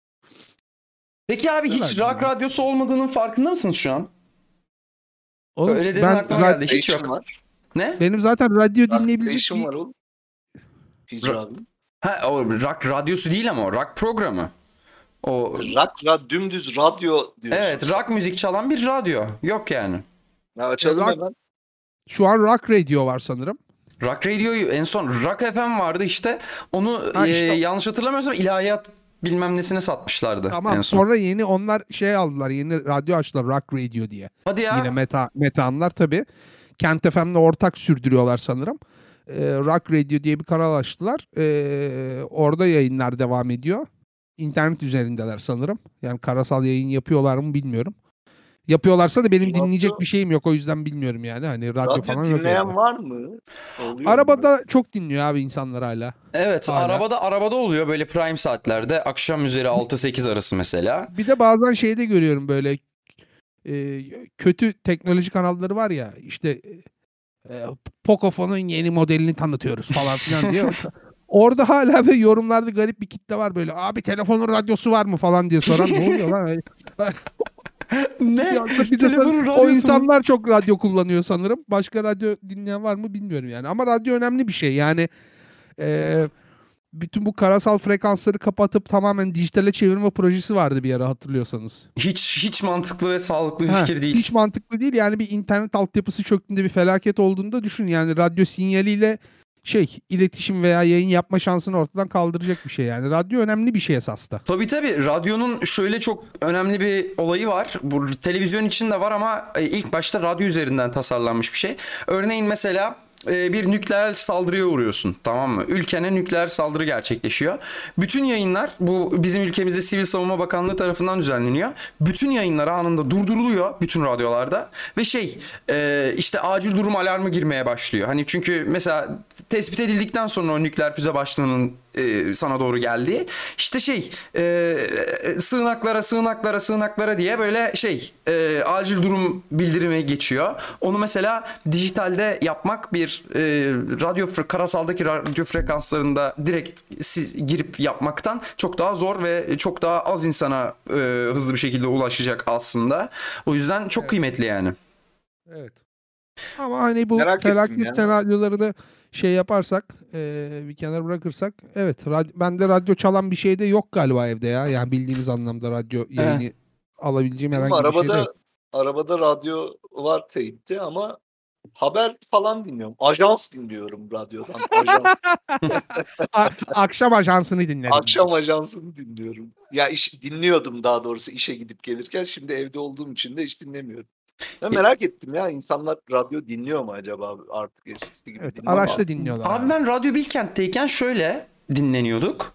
A: Peki abi
C: Güzel
A: hiç
C: albüm
A: rock
C: ya.
A: radyosu olmadığının farkında mısınız şu an?
C: Oğlum,
A: Öyle dedin aklıma geldi. Hiç
B: Station
A: yok.
B: var.
A: Ne?
C: benim zaten radyo dinleyebilecek
B: Station
C: bir...
B: var oğlum. Hicri abi.
A: Ha, o rock radyosu değil ama o rock programı. O
B: Dümdüz radyo diyorsun.
A: evet, rock müzik çalan bir radyo. Yok yani.
B: Ya açalım
C: Rock-
B: hemen.
C: Şu an Rock Radio var sanırım.
A: Rock Radio'yu en son Rock FM vardı işte. Onu
C: Ha, işte-
A: yanlış hatırlamıyorsam ilahiyat bilmem nesine satmışlardı en
C: Tamam,
A: son.
C: sonra yeni onlar şey aldılar, yeni radyo açtılar, Rock Radio diye.
A: Hadi ya.
C: Yine metanlar tabii. Kent FM'le ortak sürdürüyorlar sanırım. Rock Radio diye bir kanal açtılar. Orada yayınlar devam ediyor. İnternet üzerindeler sanırım. Yani karasal yayın yapıyorlar mı bilmiyorum. Yapıyorlarsa da benim dinleyecek bir şeyim yok. O yüzden bilmiyorum yani. Hani radyo falan yok.
B: dinleyen
C: evde.
B: var mı? Oluyor
C: Arabada çok dinliyor abi insanlar hala.
A: Evet,
C: Hala.
A: arabada oluyor böyle prime saatlerde, akşam üzeri 6-8 arası mesela.
C: Bir de bazen şeyde görüyorum böyle kötü teknoloji kanalları var ya, işte Pocophon'un yeni modelini tanıtıyoruz falan filan diye. Orada hala böyle yorumlarda garip bir kitle var, böyle abi telefonun radyosu var mı falan diye soran. Ne oluyor lan?
A: Ne?
C: Ya, bir de
A: Telefonun radyosu
C: o
A: mu?
C: insanlar çok radyo kullanıyor sanırım. Başka radyo dinleyen var mı bilmiyorum yani. Ama radyo önemli bir şey. Yani bütün bu karasal frekansları kapatıp tamamen dijitale çevirme projesi vardı bir ara, hatırlıyorsanız.
A: Hiç mantıklı ve sağlıklı bir
C: Ha,
A: fikir değil.
C: hiç mantıklı değil. Yani bir internet altyapısı çöktüğünde, bir felaket olduğunda düşün. Yani radyo sinyaliyle iletişim veya yayın yapma şansını ortadan kaldıracak bir şey yani. Radyo önemli bir şey esasında.
A: Tabii radyonun şöyle çok önemli bir olayı var. Bu televizyon için de var ama ilk başta radyo üzerinden tasarlanmış bir şey. Örneğin mesela bir nükleer saldırıya uğruyorsun, tamam mı? Ülkene nükleer saldırı gerçekleşiyor. Bütün yayınlar, bu bizim ülkemizde Sivil Savunma Bakanlığı tarafından düzenleniyor. Bütün yayınlar anında durduruluyor bütün radyolarda ve işte acil durum alarmı girmeye başlıyor. Hani çünkü mesela tespit edildikten sonra o nükleer füze başlığının sana doğru geldiği, işte sığınaklara diye böyle acil durum bildirimi geçiyor. Onu mesela dijitalde yapmak bir karasaldaki radyo frekanslarında direkt girip yapmaktan çok daha zor ve çok daha az insana hızlı bir şekilde ulaşacak aslında. O yüzden çok kıymetli yani.
C: Evet. Ama hani bu
B: Merak ettim
C: felaket
B: ya.
C: senaryolarını yaparsak, bir kenara bırakırsak, evet, bende radyo çalan bir şey de yok galiba evde ya. Yani bildiğimiz anlamda radyo yayını alabileceğim
B: Benim
C: herhangi bir şey de yok.
B: arabada radyo var teypte ama haber falan dinliyorum. Ajans dinliyorum radyodan. Ajans.
C: Akşam ajansını dinledim.
B: Akşam ajansını dinliyorum. Ya dinliyordum daha doğrusu işe gidip gelirken. Şimdi evde olduğum için de hiç dinlemiyorum. Ben merak ettim ya, insanlar radyo dinliyor mu acaba artık eskisi gibi?
C: Evet,
B: dinliyor mu?
C: araçta dinliyorlar.
A: Abi ben Radyo Bilkent'teyken şöyle dinleniyorduk.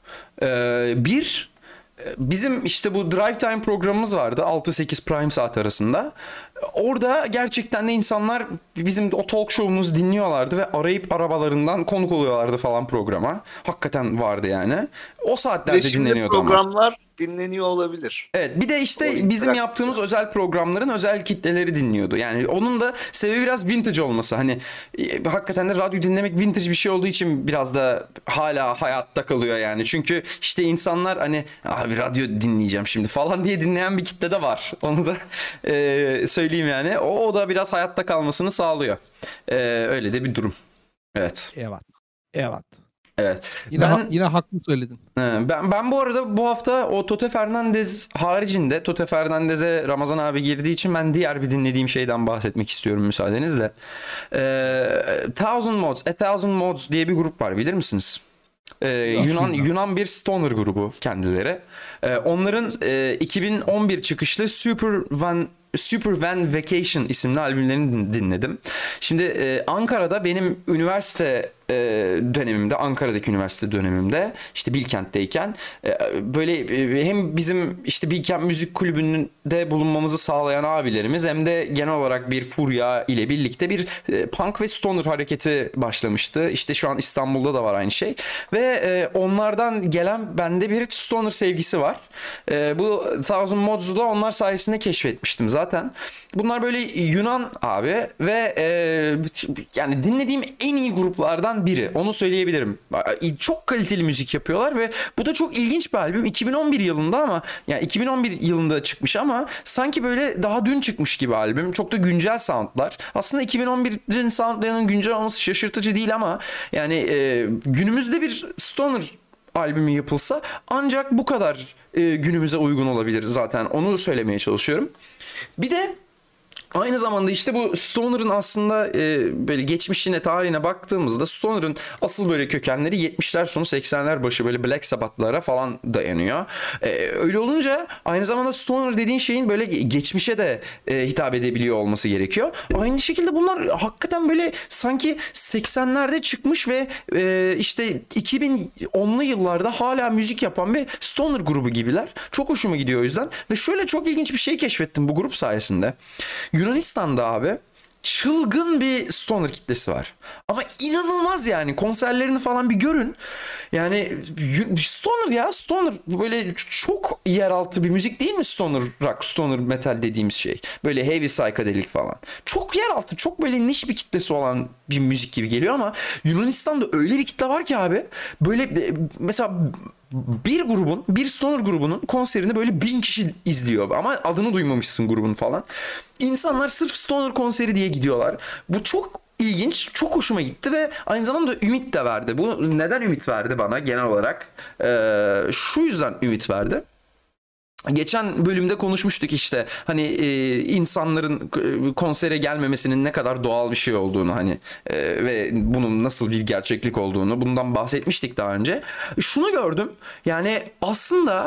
A: Bizim işte bu Drive Time programımız vardı 6-8 prime saat arasında. Orada gerçekten de insanlar bizim o talk show'umuzu dinliyorlardı ve arayıp arabalarından konuk oluyorlardı falan programa. Hakikaten vardı yani. O saatlerde
B: Ve şimdi
A: dinleniyordu ama.
B: programlar dinleniyor olabilir.
A: Evet, bir de işte
B: O
A: bizim
B: interaktif
A: yaptığımız
B: var.
A: özel programların özel kitleleri dinliyordu. Yani onun da sebebi biraz vintage olması. Hani hakikaten de radyo dinlemek vintage bir şey olduğu için biraz da hala hayatta kalıyor yani. Çünkü işte insanlar hani abi radyo dinleyeceğim şimdi falan diye dinleyen bir kitle de var. Onu da söyleyeyim yani. O da biraz hayatta kalmasını sağlıyor. Öyle de bir durum. Evet.
C: Evet.
A: Evet.
C: Yine haklı söyledin.
A: Ben bu arada bu hafta o Tote Fernandez haricinde, Tote Fernandez'e Ramazan abi girdiği için ben diğer bir dinlediğim şeyden bahsetmek istiyorum müsaadenizle. A Thousand Mods diye bir grup var, bilir misiniz? Yunan bir stoner grubu kendileri. Onların 2011 çıkışlı Super Van Vacation isimli albümlerini dinledim. Şimdi Ankara'da benim üniversite dönemimde, Ankara'daki üniversite dönemimde işte Bilkent'teyken böyle hem bizim işte Bilkent Müzik Kulübü'nde bulunmamızı sağlayan abilerimiz hem de genel olarak bir furya ile birlikte bir punk ve stoner hareketi başlamıştı. İşte şu an İstanbul'da da var aynı şey ve onlardan gelen bende bir stoner sevgisi var. Bu Thousand Mods'u da onlar sayesinde keşfetmiştim zaten. Bunlar böyle Yunan abi ve yani dinlediğim en iyi gruplardan biri. Onu söyleyebilirim. Çok kaliteli müzik yapıyorlar ve bu da çok ilginç bir albüm. 2011 yılında ama yani 2011 yılında çıkmış ama sanki böyle daha dün çıkmış gibi albüm. Çok da güncel soundlar. Aslında 2011'in soundlarının güncel olması şaşırtıcı değil ama yani günümüzde bir stoner albümü yapılsa ancak bu kadar günümüze uygun olabilir zaten. Onu söylemeye çalışıyorum. Bir de aynı zamanda işte bu Stoner'ın aslında böyle geçmişine, tarihine baktığımızda Stoner'ın asıl böyle kökenleri 70'ler sonu 80'ler başı böyle Black Sabbath'lara falan dayanıyor. Öyle olunca aynı zamanda Stoner dediğin şeyin böyle geçmişe de hitap edebiliyor olması gerekiyor. Aynı şekilde bunlar hakikaten böyle sanki 80'lerde çıkmış ve işte 2010'lu yıllarda hala müzik yapan bir Stoner grubu gibiler. Çok hoşuma gidiyor o yüzden. Ve şöyle çok ilginç bir şey keşfettim bu grup sayesinde. Yunanistan'da abi çılgın bir stoner kitlesi var. Ama inanılmaz yani. Konserlerini falan bir görün. Yani stoner ya, stoner. Böyle çok yeraltı bir müzik değil mi stoner rock, stoner metal dediğimiz şey? Böyle heavy psychedelic falan. Çok yeraltı, çok böyle niş bir kitlesi olan bir müzik gibi geliyor ama Yunanistan'da öyle bir kitle var ki abi. Böyle mesela bir stoner grubunun konserini böyle 1000 kişi izliyor ama adını duymamışsın grubun falan. İnsanlar sırf stoner konseri diye gidiyorlar. Bu çok ilginç, çok hoşuma gitti ve aynı zamanda ümit de verdi. Bu neden ümit verdi bana genel olarak? Şu yüzden ümit verdi. Geçen bölümde konuşmuştuk işte hani insanların konsere gelmemesinin ne kadar doğal bir şey olduğunu hani ve bunun nasıl bir gerçeklik olduğunu bundan bahsetmiştik daha önce. Şunu gördüm yani aslında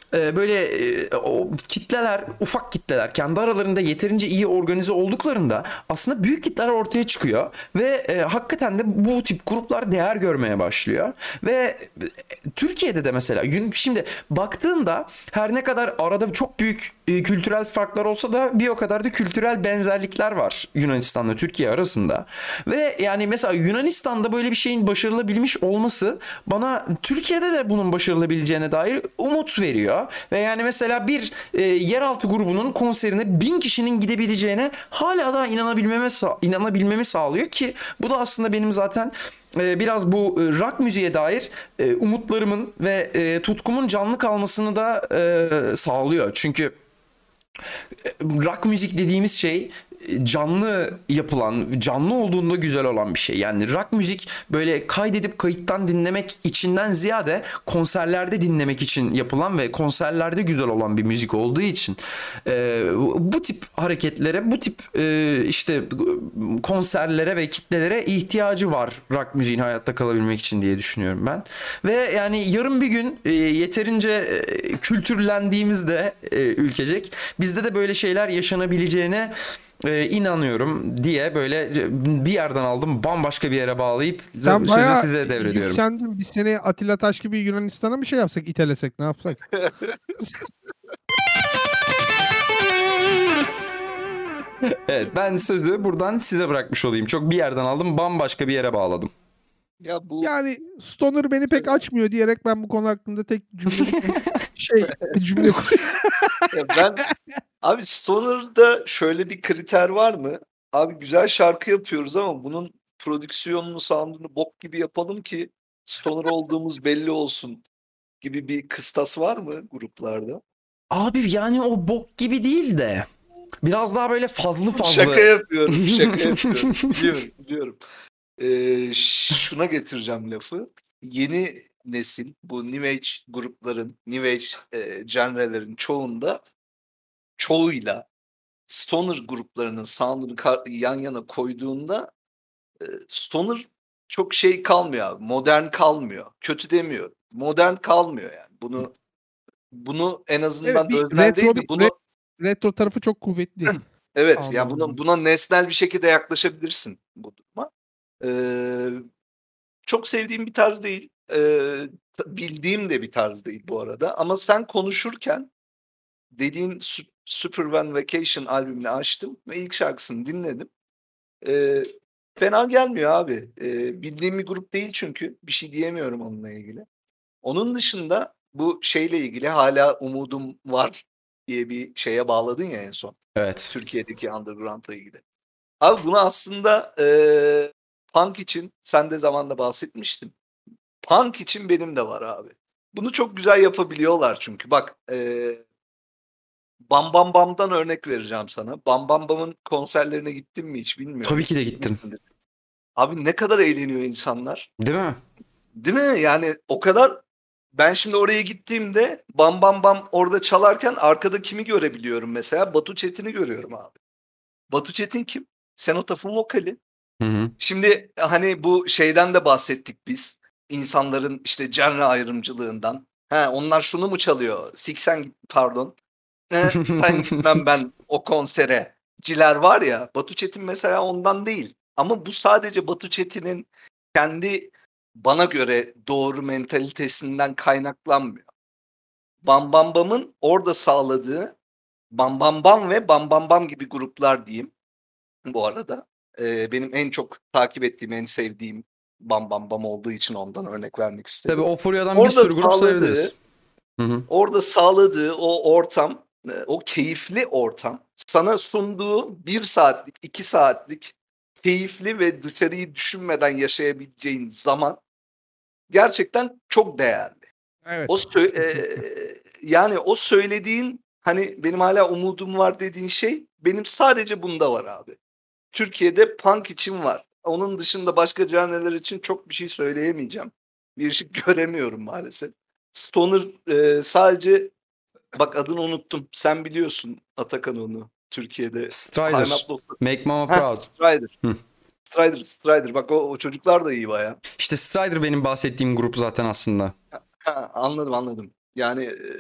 A: böyle o kitleler, ufak kitleler kendi aralarında yeterince iyi organize olduklarında aslında büyük kitleler ortaya çıkıyor ve hakikaten de bu tip gruplar değer görmeye başlıyor. Ve Türkiye'de de mesela şimdi baktığında her ne kadar arada çok büyük kültürel farklar olsa da bir o kadar da kültürel benzerlikler var Yunanistan'la Türkiye arasında. Ve yani mesela Yunanistan'da böyle bir şeyin başarılabilmiş olması bana Türkiye'de de bunun başarılabileceğine dair umut veriyor. Ve yani mesela bir yeraltı grubunun konserine 1000 kişinin gidebileceğine hala da inanabilmemi sağlıyor ki bu da aslında benim zaten biraz bu rock müziğe dair umutlarımın ve tutkumun canlı kalmasını da sağlıyor. Çünkü rock müzik dediğimiz şey canlı yapılan, canlı olduğunda güzel olan bir şey. Yani rock müzik böyle kaydedip kayıttan dinlemek içinden ziyade konserlerde dinlemek için yapılan ve konserlerde güzel olan bir müzik olduğu için bu tip hareketlere, bu tip işte konserlere ve kitlelere ihtiyacı var rock müziğin hayatta kalabilmek için diye düşünüyorum ben. Ve yani yarın bir gün yeterince kültürlendiğimizde ülkecek bizde de böyle şeyler yaşanabileceğine inanıyorum diye böyle bir yerden aldım bambaşka bir yere bağlayıp
C: Sen
A: sözü
C: bayağı
A: size devrediyorum.
C: yüksendin. Biz seni Atilla Taş gibi Yunanistan'a mı şey yapsak, itelesek, ne yapsak?
A: Evet, ben sözü buradan size bırakmış olayım. Çok bir yerden aldım, bambaşka bir yere bağladım.
B: Ya bu
C: Yani Stoner beni pek açmıyor diyerek ben bu konu hakkında tek cümle kuruyorum.
B: ben abi Stoner'da şöyle bir kriter var mı? Abi güzel şarkı yapıyoruz ama bunun prodüksiyonunu, sound'unu bok gibi yapalım ki Stoner olduğumuz belli olsun gibi bir kıstas var mı gruplarda?
A: Abi yani o bok gibi değil de biraz daha böyle fazla.
B: Şaka yapıyorum, şaka yapıyorum. Biliyorum. Şuna getireceğim lafı. Yeni nesil bu New Age grupların, New Age genrelerin çoğuyla Stoner gruplarının sound'unu yan yana koyduğunda Stoner çok şey kalmıyor abi. Modern kalmıyor. Kötü demiyor. Modern kalmıyor yani. Bunu en
C: Evet,
B: azından
C: bir
B: öznel değil de bunu
C: retro tarafı çok kuvvetli.
B: evet ya
C: Anladım.
B: buna nesnel bir şekilde yaklaşabilirsin bu duruma. Çok sevdiğim bir tarz değil. Bildiğim de bir tarz değil bu arada. Ama sen konuşurken dediğin Super One Vacation albümünü açtım ve ilk şarkısını dinledim. Fena gelmiyor abi. Bildiğim bir grup değil çünkü. Bir şey diyemiyorum onunla ilgili. Onun dışında bu şeyle ilgili hala umudum var diye bir şeye bağladın ya en son.
A: Evet.
B: Türkiye'deki underground'la ilgili. Abi bunu aslında punk için sen de zamanla bahsetmiştin. Punk için benim de var abi. Bunu çok güzel yapabiliyorlar çünkü. Bak Bam Bam Bam'dan örnek vereceğim sana. Bam Bam Bam'ın konserlerine gittin mi hiç bilmiyorum.
A: Tabii ki de gittim.
B: Gitmişsindir. Abi ne kadar eğleniyor insanlar.
A: Değil mi?
B: Değil mi? Yani o kadar ben şimdi oraya gittiğimde Bam Bam Bam orada çalarken arkada kimi görebiliyorum mesela? Batu Çetin'i görüyorum abi. Batu Çetin kim? Senotaf'ın vokali.
A: Hı.
B: Şimdi hani bu şeyden de bahsettik biz. İnsanların işte genre ayrımcılığından. Onlar şunu mu çalıyor? Pardon. Sen gitmem ben o konsere. Ciler var ya. Batu Çetin mesela ondan değil. Ama bu sadece Batu Çetin'in kendi bana göre doğru mentalitesinden kaynaklanmıyor. Bam Bam Bam'ın orada sağladığı Bam Bam Bam ve Bam Bam Bam gibi gruplar diyeyim bu arada. Benim en çok takip ettiğim, en sevdiğim Bam Bam Bam olduğu için ondan örnek vermek istedim.
A: Tabii o furyadan bir sürü grup sayabiliriz.
B: Orada sağladığı o ortam, o keyifli ortam sana sunduğu 1 saatlik, 2 saatlik keyifli ve dışarıyı düşünmeden yaşayabileceğin zaman gerçekten çok değerli.
C: Evet.
B: Yani o söylediğin hani benim hala umudum var dediğin şey benim sadece bunda var abi. Türkiye'de punk için var. Onun dışında başka canlılar için çok bir şey söyleyemeyeceğim. Bir şey göremiyorum maalesef. Stoner sadece bak adını unuttum. Sen biliyorsun Atakan onu Türkiye'de.
A: Strider. Make Mama Proud.
B: Strider. Strider. Bak o çocuklar da iyi baya.
A: İşte Strider benim bahsettiğim grup zaten aslında.
B: Anladım. Yani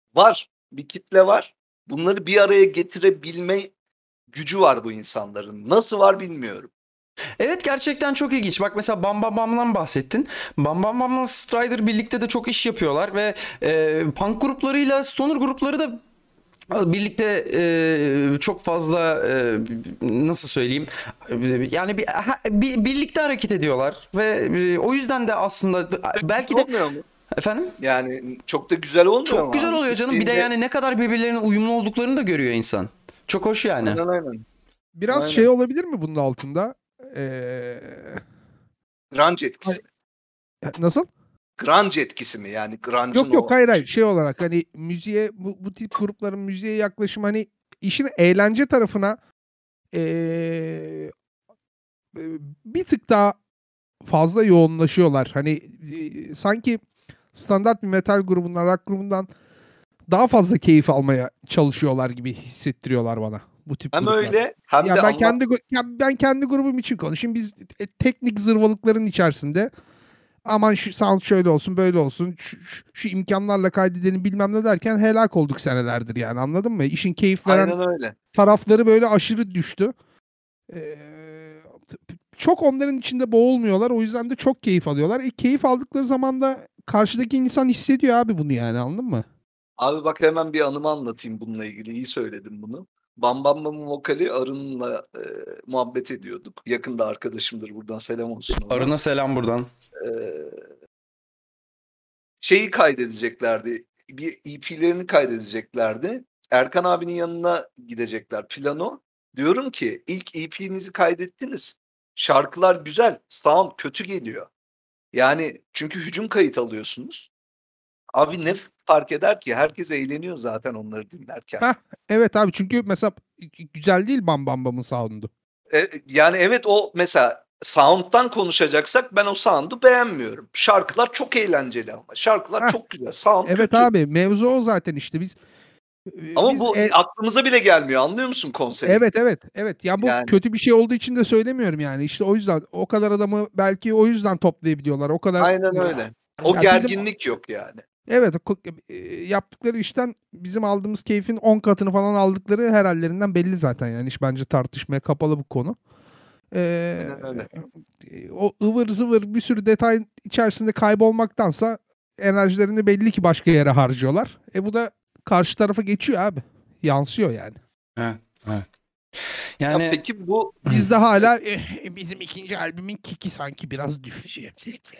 B: Var. Bir kitle var. Bunları bir araya getirebilme gücü var bu insanların. Nasıl var bilmiyorum.
A: Evet, gerçekten çok ilginç. Bak mesela Bam Bam Bam'dan bahsettin. Bam Bam Bam'la Strider birlikte de çok iş yapıyorlar ve punk gruplarıyla stoner grupları da birlikte çok fazla nasıl söyleyeyim, yani birlikte hareket ediyorlar ve o yüzden de aslında belki de
B: Olmuyor mu?
A: efendim
B: Yani çok da güzel olmuyor
A: çok
B: mu
A: güzel
B: abi?
A: oluyor canım. Bir de
B: Gittiğinde-
A: yani ne kadar birbirlerine uyumlu olduklarını da görüyor insan. Çok hoş yani.
B: Aynen.
C: Biraz
B: Aynen.
C: şey olabilir mi bunun altında? Ee,
B: Grunge etkisi.
C: Nasıl?
B: Grunge etkisi mi? Yani grunge'ın
C: Yok
B: o
C: hayır şey olarak hani müziğe bu tip grupların müziğe yaklaşımı hani işin eğlence tarafına ee, bir tık daha fazla yoğunlaşıyorlar. Hani sanki standart bir metal grubundan, rock grubundan daha fazla keyif almaya çalışıyorlar gibi hissettiriyorlar bana bu tip
B: hem
C: gruplar.
B: öyle hem
C: Ya
B: de
C: ben kendi grubum için konuşayım. Biz teknik zırvalıkların içerisinde aman şu sound şöyle olsun, böyle olsun, şu imkanlarla kaydedelim bilmem ne derken helak olduk senelerdir yani, anladın mı? İşin keyif veren
B: aynen öyle.
C: tarafları böyle aşırı düştü. Ee, Çok onların içinde boğulmuyorlar. O yüzden de çok keyif alıyorlar. Keyif aldıkları zaman da karşıdaki insan hissediyor abi bunu, yani anladın mı?
B: Abi bak hemen bir anımı anlatayım bununla ilgili. İyi söyledin bunu. Bam Bam Bam'ın vokali Arın'la muhabbet ediyorduk. Yakında arkadaşımdır. Buradan selam olsun ona.
A: Arına selam buradan.
B: E, Şeyi kaydedeceklerdi. Bir EP'lerini kaydedeceklerdi. Erkan abinin yanına gidecekler. Plano. Diyorum ki ilk EP'nizi kaydettiniz. Şarkılar güzel. Sound kötü geliyor. Yani çünkü hücum kayıt alıyorsunuz. Abi ne fark eder ki? Herkes eğleniyor zaten onları dinlerken.
C: Heh, evet abi, çünkü mesela güzel değil Bam Bam Bam'ın sound'u.
B: Yani evet, o mesela sound'dan konuşacaksak ben o sound'u beğenmiyorum. Şarkılar çok eğlenceli ama. Şarkılar
C: Heh,
B: çok güzel. Sound
C: evet
B: kötü.
C: abi, mevzu o zaten işte
B: Ama
C: biz
B: bu aklımıza bile gelmiyor. Anlıyor musun konsere
C: evet
B: gidip?
C: ya bu
B: Yani
C: kötü bir şey olduğu için de söylemiyorum yani, işte o yüzden o kadar adamı belki o yüzden toplayabiliyorlar, o kadar
B: aynen öyle. O
C: ya bizim
B: gerginlik yok yani.
C: evet yaptıkları işten bizim aldığımız keyfin 10 katını falan aldıkları her hallerinden belli zaten, yani hiç bence tartışmaya kapalı bu konu. Ee,
B: Aynen öyle.
C: O ıvır zıvır bir sürü detay içerisinde kaybolmaktansa enerjilerini belli ki başka yere harcıyorlar. Bu da karşı tarafa geçiyor abi. Yansıyor yani.
A: Evet, evet.
B: Ya
A: Yani
B: peki bu
C: Biz de hala bizim ikinci albümün kiki sanki biraz düşüyor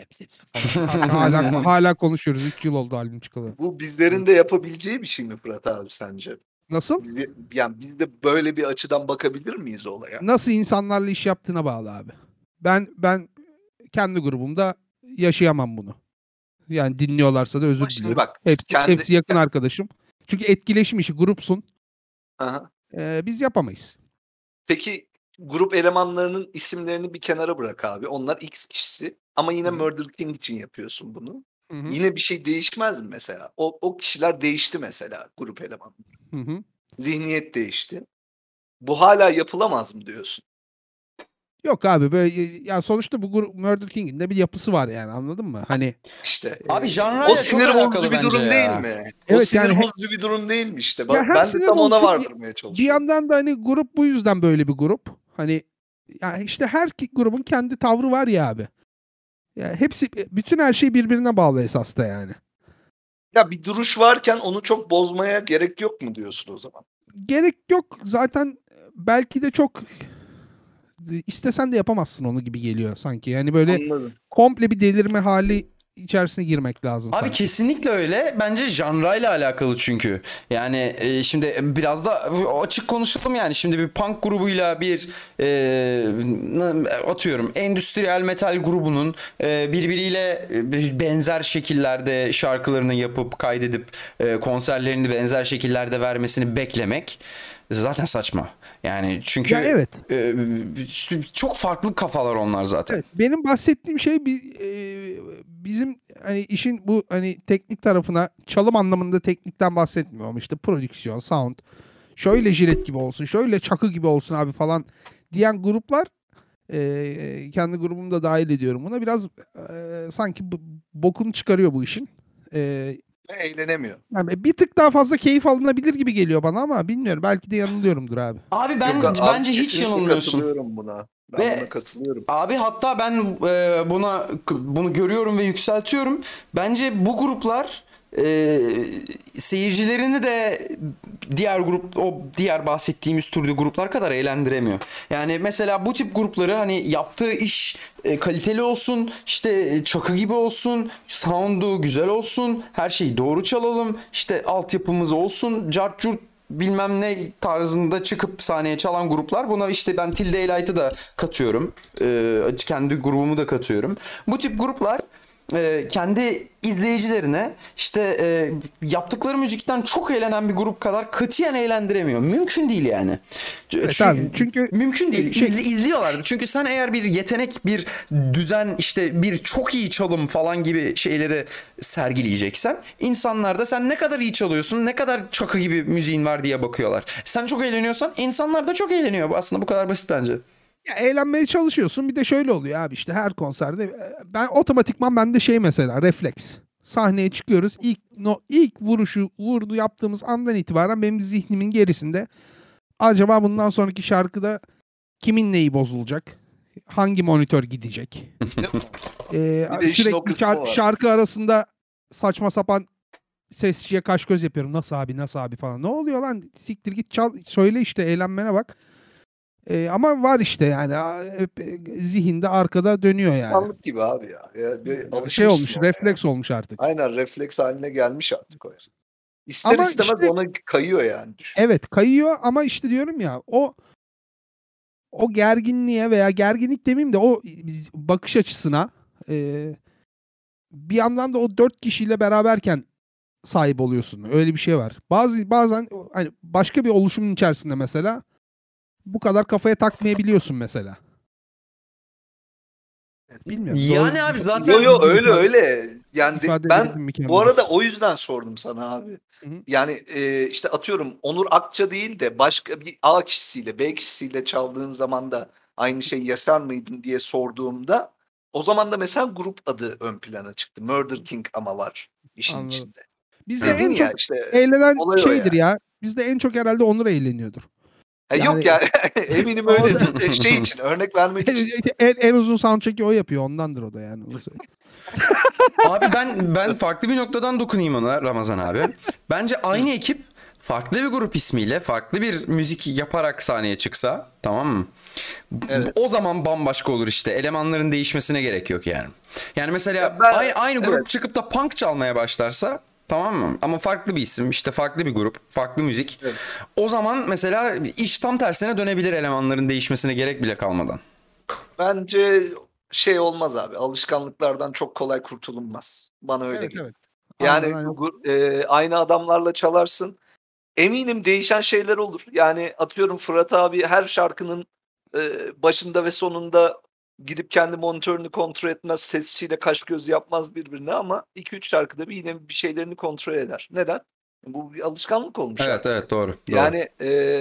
C: falan. Hala konuşuyoruz. 3 yıl oldu albüm çıkalı.
B: bu bizlerin de yapabileceği bir şey mi Fırat abi sence?
C: Nasıl?
B: Yani biz de böyle bir açıdan bakabilir miyiz olaya?
C: Nasıl insanlarla iş yaptığına bağlı abi. Ben kendi grubumda yaşayamam bunu. Yani dinliyorlarsa da
B: Ama
C: özür
B: şimdi
C: diliyorum.
B: bak
C: Hepsi yakın arkadaşım. Çünkü etkileşim işi, grupsun.
B: Aha.
C: Biz yapamayız.
B: Peki grup elemanlarının isimlerini bir kenara bırak abi. Onlar X kişisi ama yine
C: Hı hı.
B: Murder King için yapıyorsun bunu.
C: Hı hı.
B: Yine bir şey değişmez mi mesela? O kişiler değişti mesela, grup elemanları.
C: Hı hı.
B: Zihniyet değişti. Bu hala yapılamaz mı diyorsun?
C: Yok abi, böyle ya sonuçta bu grup Murder King'in de bir yapısı var yani, anladın mı? Hani
B: İşte
A: abi
B: o
A: janrayla çok
B: sinir bozucu
A: alakalı
B: bir
A: bence
B: durum değil
A: ya.
B: mi? O
C: evet yani
B: sinir bozucu bir durum değil mi işte?
C: ya hem
B: Ben de
C: sinir
B: tam ona
C: bozucu
B: vardırmaya
C: bir
B: çalışıyorum.
C: yandan da hani grup bu yüzden böyle bir grup. Hani ya işte her grubun kendi tavrı var ya abi. Ya hepsi, bütün her şey birbirine bağlı esas da yani.
B: Ya bir duruş varken onu çok bozmaya gerek yok mu diyorsun o zaman?
C: Gerek yok zaten, belki de çok istesen de yapamazsın onu gibi geliyor sanki. Yani böyle
B: Anladım.
C: komple bir delirme hali içerisine girmek lazım
A: Abi
C: sanki.
A: kesinlikle öyle. Bence janrayla alakalı çünkü. Yani şimdi biraz da açık konuşalım yani. Şimdi bir punk grubuyla bir atıyorum endüstriyel metal grubunun birbiriyle benzer şekillerde şarkılarını yapıp kaydedip konserlerini benzer şekillerde vermesini beklemek zaten saçma. Yani çünkü
C: Ya evet.
A: çok farklı kafalar onlar zaten.
C: Evet, benim bahsettiğim şey bizim hani işin bu hani teknik tarafına, çalım anlamında teknikten bahsetmiyorum. İşte prodüksiyon, sound, şöyle jilet gibi olsun, şöyle çakı gibi olsun abi falan diyen gruplar, kendi grubumu da dahil ediyorum buna. Biraz sanki bokunu çıkarıyor bu işin.
B: Eğlenemiyor.
C: Yani bir tık daha fazla keyif alınabilir gibi geliyor bana ama bilmiyorum. Belki de yanılıyorumdur abi.
A: Abi
B: Yok abi,
A: bence hiç
B: kesinlikle
A: yanılmıyorsun.
B: katılıyorum buna. Ben
A: Ve
B: buna katılıyorum.
A: abi hatta ben bunu görüyorum ve yükseltiyorum. Bence bu gruplar seyircilerini de diğer bahsettiğimiz türlü gruplar kadar eğlendiremiyor. Yani mesela bu tip grupları hani yaptığı iş kaliteli olsun, işte Çakı gibi olsun, sound'u güzel olsun, her şeyi doğru çalalım, işte altyapımız olsun, cart curt bilmem ne tarzında çıkıp sahneye çalan gruplar. Buna işte ben Tilde Elight'ı da katıyorum. Kendi grubumu da katıyorum. Bu tip gruplar kendi izleyicilerine işte yaptıkları müzikten çok eğlenen bir grup kadar katiyen eğlendiremiyor. Mümkün değil yani.
C: Evet abi, çünkü
A: mümkün değil. İzliyorlardı. Çünkü sen eğer bir yetenek, bir düzen, işte bir çok iyi çalım falan gibi şeyleri sergileyeceksen, insanlar da sen ne kadar iyi çalıyorsun, ne kadar Çakı gibi müziğin var diye bakıyorlar. Sen çok eğleniyorsan insanlar da çok eğleniyor. Aslında bu kadar basit bence.
C: ya eğlenmeye çalışıyorsun. Bir de şöyle oluyor abi, işte her konserde ben otomatikman bende şey mesela refleks. Sahneye çıkıyoruz. İlk vurdu yaptığımız andan itibaren benim zihnimin gerisinde acaba bundan sonraki şarkıda kimin neyi bozulacak? Hangi monitör gidecek?
B: Bir de işin o
C: Sürekli
B: kısmı var.
C: şarkı arasında saçma sapan sesçiye kaş göz yapıyorum. Nasıl abi, nasıl abi falan. Ne oluyor lan? Siktir git çal, söyle işte, eğlenmene bak. Ama var işte yani hep zihinde arkada dönüyor yani.
B: Alışkanlık gibi abi ya. Bir
C: Şey
B: alışmışsın
C: olmuş,
B: ona ya.
C: refleks olmuş artık.
B: Aynen, refleks haline gelmiş artık o. İster
C: Ama
B: istemez
C: işte
B: ona kayıyor yani, düşün.
C: evet kayıyor ama işte diyorum ya, o gerginliğe veya gerginlik demeyeyim de o bakış açısına bir yandan da o 4 kişiyle beraberken sahip oluyorsun. Öyle bir şey var. Bazen hani başka bir oluşumun içerisinde mesela bu kadar kafaya takmayabiliyorsun mesela. Bilmiyorum.
A: Yani abi zaten
B: Yo öyle. Yani
C: ifade
B: ben
C: edebildim mi
B: bu
C: kendimi?
B: arada o yüzden sordum sana abi.
C: Hı hı.
B: Yani işte atıyorum Onur Akça değil de başka bir A kişisiyle B kişisiyle çaldığın zaman da aynı şeyi yaşar mıydın diye sorduğumda, o zaman da mesela grup adı ön plana çıktı. Murder King ama var işin
C: Anladım.
B: içinde.
C: Bizde
B: Dedin
C: en
B: ya
C: çok
B: işte,
C: eğlenen
B: olay o
C: şeydir
B: yani.
C: ya. Bizde en çok herhalde Onur eğleniyordur.
B: Yok
C: Yani
B: ya eminim öyledir. Şey için, örnek vermek için.
C: en uzun soundcheck'i o yapıyor. Ondandır o da yani.
A: abi ben farklı bir noktadan dokunayım ona Ramazan abi. Bence aynı ekip farklı bir grup ismiyle farklı bir müzik yaparak sahneye çıksa, tamam mı?
B: Evet.
A: O zaman bambaşka olur işte. Elemanların değişmesine gerek yok yani. Yani mesela
B: Ya ben-
A: aynı grup
B: evet.
A: çıkıp da punk çalmaya başlarsa, tamam mı? Ama farklı bir isim, işte farklı bir grup, farklı müzik.
B: Evet.
A: O zaman mesela iş tam tersine dönebilir, elemanların değişmesine gerek bile kalmadan.
B: Bence şey olmaz abi. Alışkanlıklardan çok kolay kurtulunmaz. Bana öyle
C: Evet,
B: geliyor.
C: evet.
B: Yani
C: Aynen.
B: aynı adamlarla çalarsın. Eminim değişen şeyler olur. Yani atıyorum Fırat abi her şarkının başında ve sonunda gidip kendi monitörünü kontrol etmez, sesçiyle kaş göz yapmaz birbirine, ama 2-3 şarkıda bir yine bir şeylerini kontrol eder. Neden? Bu bir alışkanlık olmuş
A: Evet
B: artık.
A: evet, doğru.
B: Yani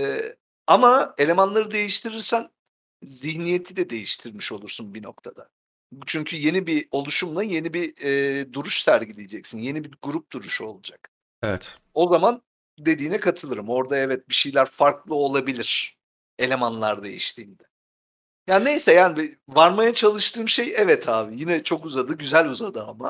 B: ama elemanları değiştirirsen zihniyeti de değiştirmiş olursun bir noktada. Çünkü yeni bir oluşumla yeni bir duruş sergileyeceksin. Yeni bir grup duruşu olacak.
A: Evet.
B: O zaman dediğine katılırım. Orada evet bir şeyler farklı olabilir elemanlar değiştiğinde. Ya neyse, yani varmaya çalıştığım şey, evet abi yine çok uzadı, güzel uzadı ama.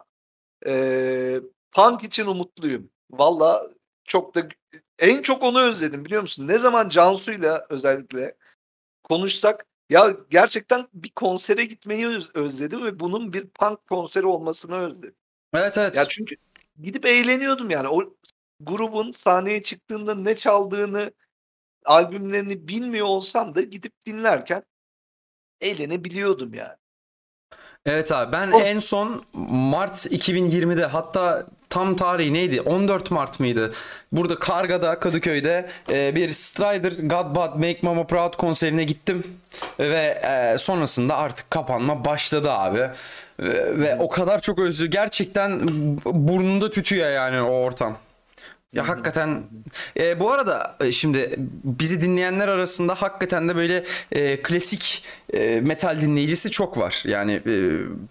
B: Punk için umutluyum. Valla çok da en çok onu özledim, biliyor musun? Ne zaman Cansu'yla özellikle konuşsak, ya gerçekten bir konsere gitmeyi özledim ve bunun bir punk konseri olmasını özledim.
A: Evet
B: Ya
A: evet.
B: çünkü gidip eğleniyordum yani. O grubun sahneye çıktığında ne çaldığını, albümlerini bilmiyor olsam da gidip dinlerken eğlenebiliyordum yani.
A: Evet abi, ben
B: O
A: en son Mart 2020'de, hatta tam tarihi neydi? 14 Mart mıydı? Burada Karga'da, Kadıköy'de bir Strider God Bad Make Mama Proud konserine gittim. Ve sonrasında artık kapanma başladı abi. Ve o kadar çok gerçekten burnunda tütüyor yani o ortam. Ya hakikaten bu arada şimdi bizi dinleyenler arasında hakikaten de böyle klasik metal dinleyicisi çok var. Yani şimdi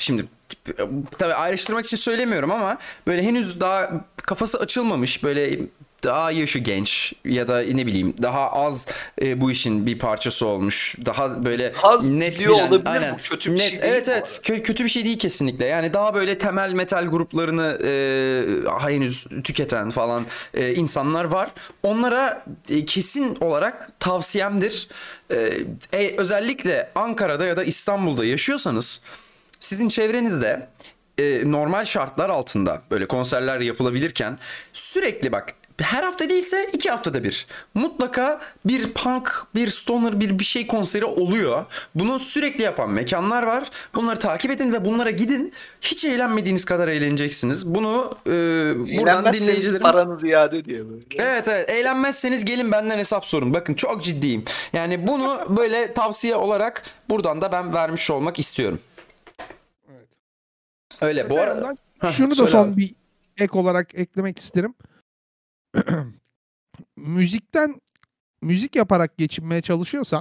A: tabii ayrıştırmak için söylemiyorum ama böyle henüz daha kafası açılmamış, böyle daha yaşı genç ya da ne bileyim daha az bu işin bir parçası olmuş. Daha böyle
B: Az
A: net
B: biliyor
A: bilen,
B: olabilir,
A: aynen.
B: bu kötü bir
A: Net,
B: şey değil
A: evet
B: bu
A: evet, kötü bir şey değil kesinlikle. Yani daha böyle temel metal gruplarını henüz tüketen falan insanlar var. Onlara kesin olarak tavsiyemdir. Özellikle Ankara'da ya da İstanbul'da yaşıyorsanız sizin çevrenizde normal şartlar altında böyle konserler yapılabilirken sürekli bak, her hafta değilse 2 haftada bir mutlaka bir punk, bir stoner, bir şey konseri oluyor. Bunu sürekli yapan mekanlar var. Bunları takip edin ve bunlara gidin. Hiç eğlenmediğiniz kadar eğleneceksiniz. Bunu buradan
B: Eğlenmezseniz
A: dinleyicilerim...
B: paranız iade diye böyle.
A: Evet evet, eğlenmezseniz gelin benden hesap sorun. Bakın çok ciddiyim. Yani bunu böyle tavsiye olarak buradan da ben vermiş olmak istiyorum.
C: Evet.
A: Öyle bu arada.
C: Yandan
A: Heh,
C: şunu da
A: söyle
C: son
A: abi.
C: bir ek olarak eklemek isterim. Müzik yaparak geçinmeye çalışıyorsan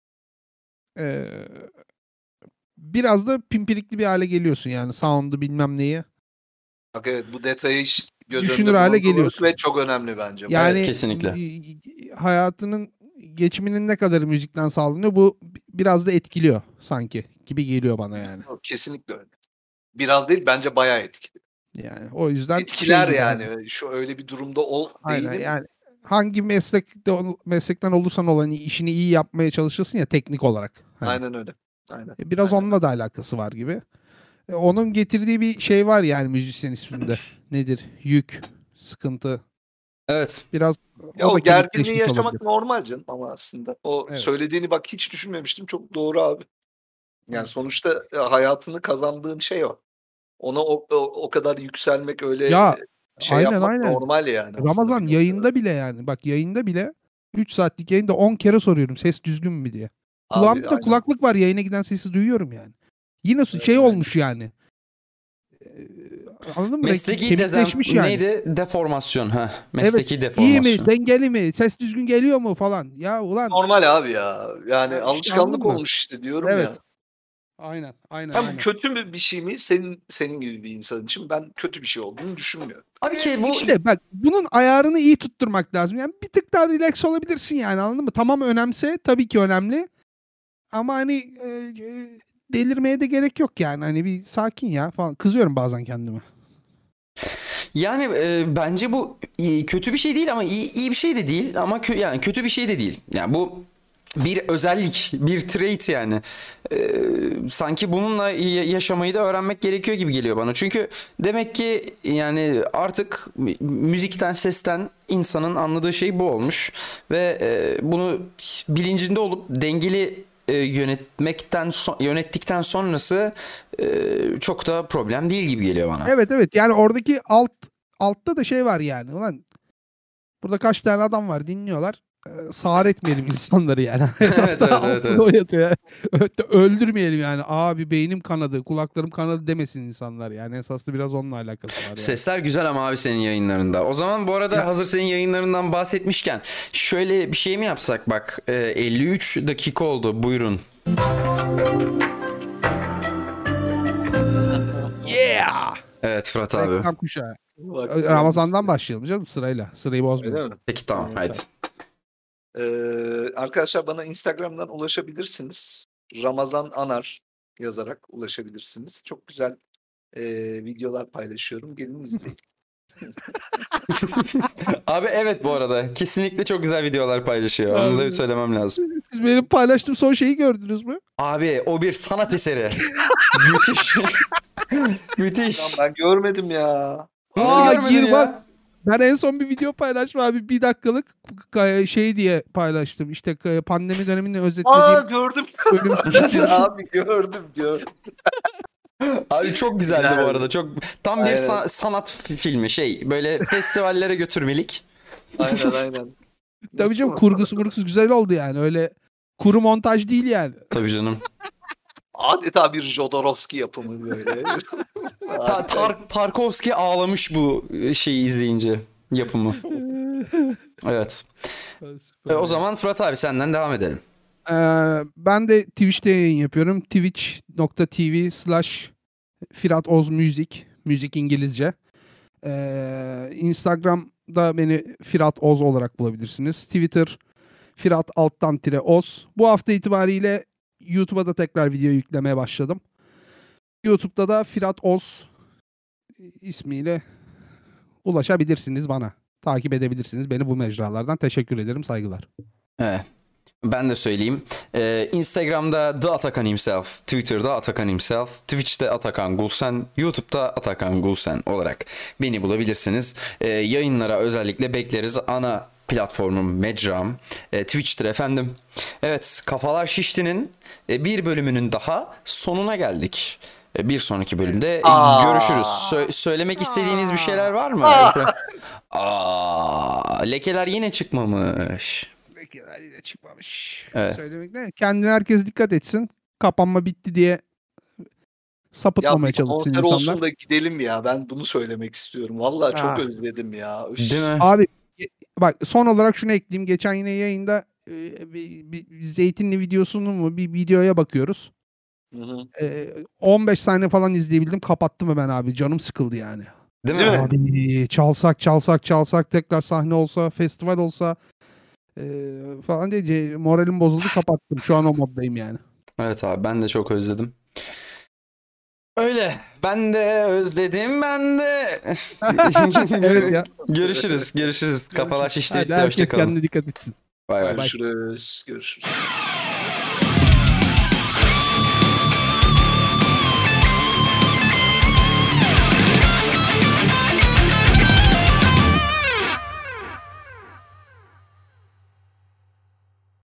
C: biraz da pimpirikli bir hale geliyorsun yani, sound'u bilmem neyi.
B: Bak evet, bu detayı hiç göz
C: Düşünür
B: önünde
C: hale
B: bulundurmuyoruz
C: geliyorsun.
B: ve çok önemli bence.
C: Yani
A: Evet, kesinlikle.
C: hayatının geçiminin ne kadar müzikten sağlanıyor, bu biraz da etkiliyor sanki gibi geliyor bana yani.
B: Kesinlikle öyle. Biraz değil, bence bayağı etkili.
C: Yani o yüzden
B: Etkiler
C: gibi
B: yani.
C: hani.
B: Şu öyle bir durumda
C: Aynen
B: değilim.
C: yani, hangi meslekten olursan ol, hani işini iyi yapmaya çalışırsın ya teknik olarak. Hani.
B: Aynen öyle. Aynen.
C: Biraz
B: Aynen.
C: onunla da alakası var gibi. Onun getirdiği bir şey var yani müzisyen üstünde. Nedir? Yük, sıkıntı.
A: Evet.
C: Biraz
B: Ya
C: o da
B: o gerginliği
C: kemikleşmiş
B: yaşamak
C: olabilir.
B: normal canım ama aslında. O
C: Evet.
B: söylediğini bak hiç düşünmemiştim. Çok doğru abi. Yani
C: Evet.
B: sonuçta hayatını kazandığın şey o. Ona o kadar yükselmek, öyle
C: Ya
B: şey
C: aynen
B: yapmak
C: aynen.
B: normal yani aslında bir
C: Ramazan
B: noktada.
C: yayında bile yani. Bak yayında bile 3 saatlik yayında 10 kere soruyorum ses düzgün mü diye.
B: Abi
C: Kulağımda da
B: aynen.
C: kulaklık var, yayına giden sesi duyuyorum yani. Yine şey
B: Aynen.
C: olmuş yani. Anladın mı?
A: Mesleki
C: Kemikleşmiş yani.
A: neydi? Deformasyon. Ha.
C: Evet,
A: Mesleki
C: iyi mi?
A: deformasyon.
C: Dengeli mi? Ses düzgün geliyor mu falan. Ya ulan
B: Normal abi ya. Yani
C: ya işte, anladın
B: alışkanlık
C: mı?
B: olmuş işte, diyorum
C: Evet.
B: ya.
C: Aynen, aynen,
B: Ha, bu
C: aynen.
B: kötü bir şey mi? Senin gibi bir insan için ben kötü bir şey olduğunu düşünmüyorum.
A: Abi ki bu
C: İşte bak, bunun ayarını iyi tutturmak lazım. Yani bir tık daha relax olabilirsin yani, anladın mı? Tamam, önemse tabii ki önemli. Ama hani delirmeye de gerek yok yani. Hani bir sakin ya falan. Kızıyorum bazen kendime.
A: yani bence bu kötü bir şey değil ama iyi bir şey de değil ama yani kötü bir şey de değil. Yani bu bir özellik, bir trait yani. Sanki bununla yaşamayı da öğrenmek gerekiyor gibi geliyor bana. Çünkü demek ki yani artık müzikten, sesten insanın anladığı şey bu olmuş ve bunu bilincinde olup dengeli yönettikten sonrası çok da problem değil gibi geliyor bana.
C: Evet evet, yani oradaki altta da şey var yani. Ulan burada kaç tane adam var dinliyorlar. Sağır etmeyelim insanları yani. Esas
A: Evet,
C: da
A: evet, evet,
C: altta da
A: evet.
C: o yatıyor. Öldürmeyelim yani. Abi beynim kanadı, kulaklarım kanadı demesin insanlar yani. Esas da biraz onunla alakası var yani.
A: Sesler güzel ama abi senin yayınlarında. O zaman bu arada
C: Ya,
A: hazır senin yayınlarından bahsetmişken şöyle bir şey mi yapsak bak, 53 dakika oldu, buyurun.
C: yeah!
A: Evet Fırat abi.
C: Reklam kuşağı.
B: Vakti
C: Ramazan'dan
B: gelmiş.
C: başlayalım canım, sırayla. Sırayı bozmayalım.
B: Öyle mi?
A: Peki tamam, haydi.
B: Arkadaşlar bana Instagram'dan ulaşabilirsiniz. Ramazan Anar yazarak ulaşabilirsiniz. Çok güzel videolar paylaşıyorum. Gelin izleyin.
A: Abi evet, bu arada kesinlikle çok güzel videolar paylaşıyor. Onu da söylemem lazım.
C: Siz benim paylaştığım son şeyi gördünüz mü?
A: Abi o bir sanat eseri. Müthiş. Müthiş.
B: Lan ben görmedim ya.
A: Nasıl görmedin
C: gir bak.
A: ya?
C: Ben en son bir video paylaştım abi, 1 dakikalık şey diye paylaştım. İşte pandemi dönemini özetlediğim
B: Gördüm.
C: bölüm.
B: Abi gördüm.
A: Abi çok güzeldi bu
B: Güzel.
A: arada. Çok tam bir
B: Aynen.
A: sanat filmi, şey böyle festivallere götürmelik.
B: Aynen.
C: Tabii canım, kurgusu güzel oldu yani. Öyle kuru montaj değil yani.
A: Tabii canım.
B: Adeta bir Jodorowsky yapımı böyle.
A: Tarkovski ağlamış bu şeyi izleyince, yapımı. Evet. O zaman Fırat abi senden devam edelim.
C: Ben de Twitch'te yayın yapıyorum. Twitch.tv/ Firat Oz Müzik. Müzik İngilizce. Instagram'da beni Firat Oz olarak bulabilirsiniz. Twitter Firat alttan tire Oz. Bu hafta itibariyle YouTube'a da tekrar video yüklemeye başladım. YouTube'da da Firat Oz ismiyle ulaşabilirsiniz bana. Takip edebilirsiniz beni bu mecralardan. Teşekkür ederim. Saygılar.
A: Evet. Ben de söyleyeyim. Instagram'da The Atakan Himself, Twitter'da Atakan Himself, Twitch'te Atakan Gulsen, YouTube'da Atakan Gulsen olarak beni bulabilirsiniz. Yayınlara özellikle bekleriz. Ana platformum, mecram Twitch'tir efendim. Evet, Kafalar Şişti'nin bir bölümünün daha sonuna geldik. Bir sonraki bölümde görüşürüz. Söylemek istediğiniz bir şeyler var mı? Lekeler yine çıkmamış.
C: Lekeler yine çıkmamış.
A: Evet.
C: Söylemekle kendine herkes dikkat etsin. Kapanma bitti diye
B: Ya
C: sapıtmamaya
B: bir
C: çalışsın
B: konser
C: insanlar.
B: olsun da gidelim ya. Ben bunu söylemek istiyorum. Vallahi çok
C: Ah.
B: özledim ya. Üş.
A: Değil mi?
C: Abi bak son olarak şunu ekleyeyim. Geçen yine yayında bir Zeytinli videosunu mu bir videoya bakıyoruz.
B: Hı hı.
C: 15 saniye falan izleyebildim. Kapattım hemen abi. Canım sıkıldı yani.
A: Değil
B: Değil
A: mi?
B: mi?
C: Abi çalsak tekrar sahne olsa, festival olsa falan diye moralim bozuldu. Kapattım. Şu an o moddayım yani.
A: Evet abi, ben de çok özledim. Öyle. Ben de özledim, ben de.
C: Evet ya.
A: Görüşürüz. Kafalar Şişti.
C: Hadi herkes
A: Hoşçakalın.
C: kendine dikkat etsin.
A: Bay bay.
B: Görüşürüz. Görüşürüz.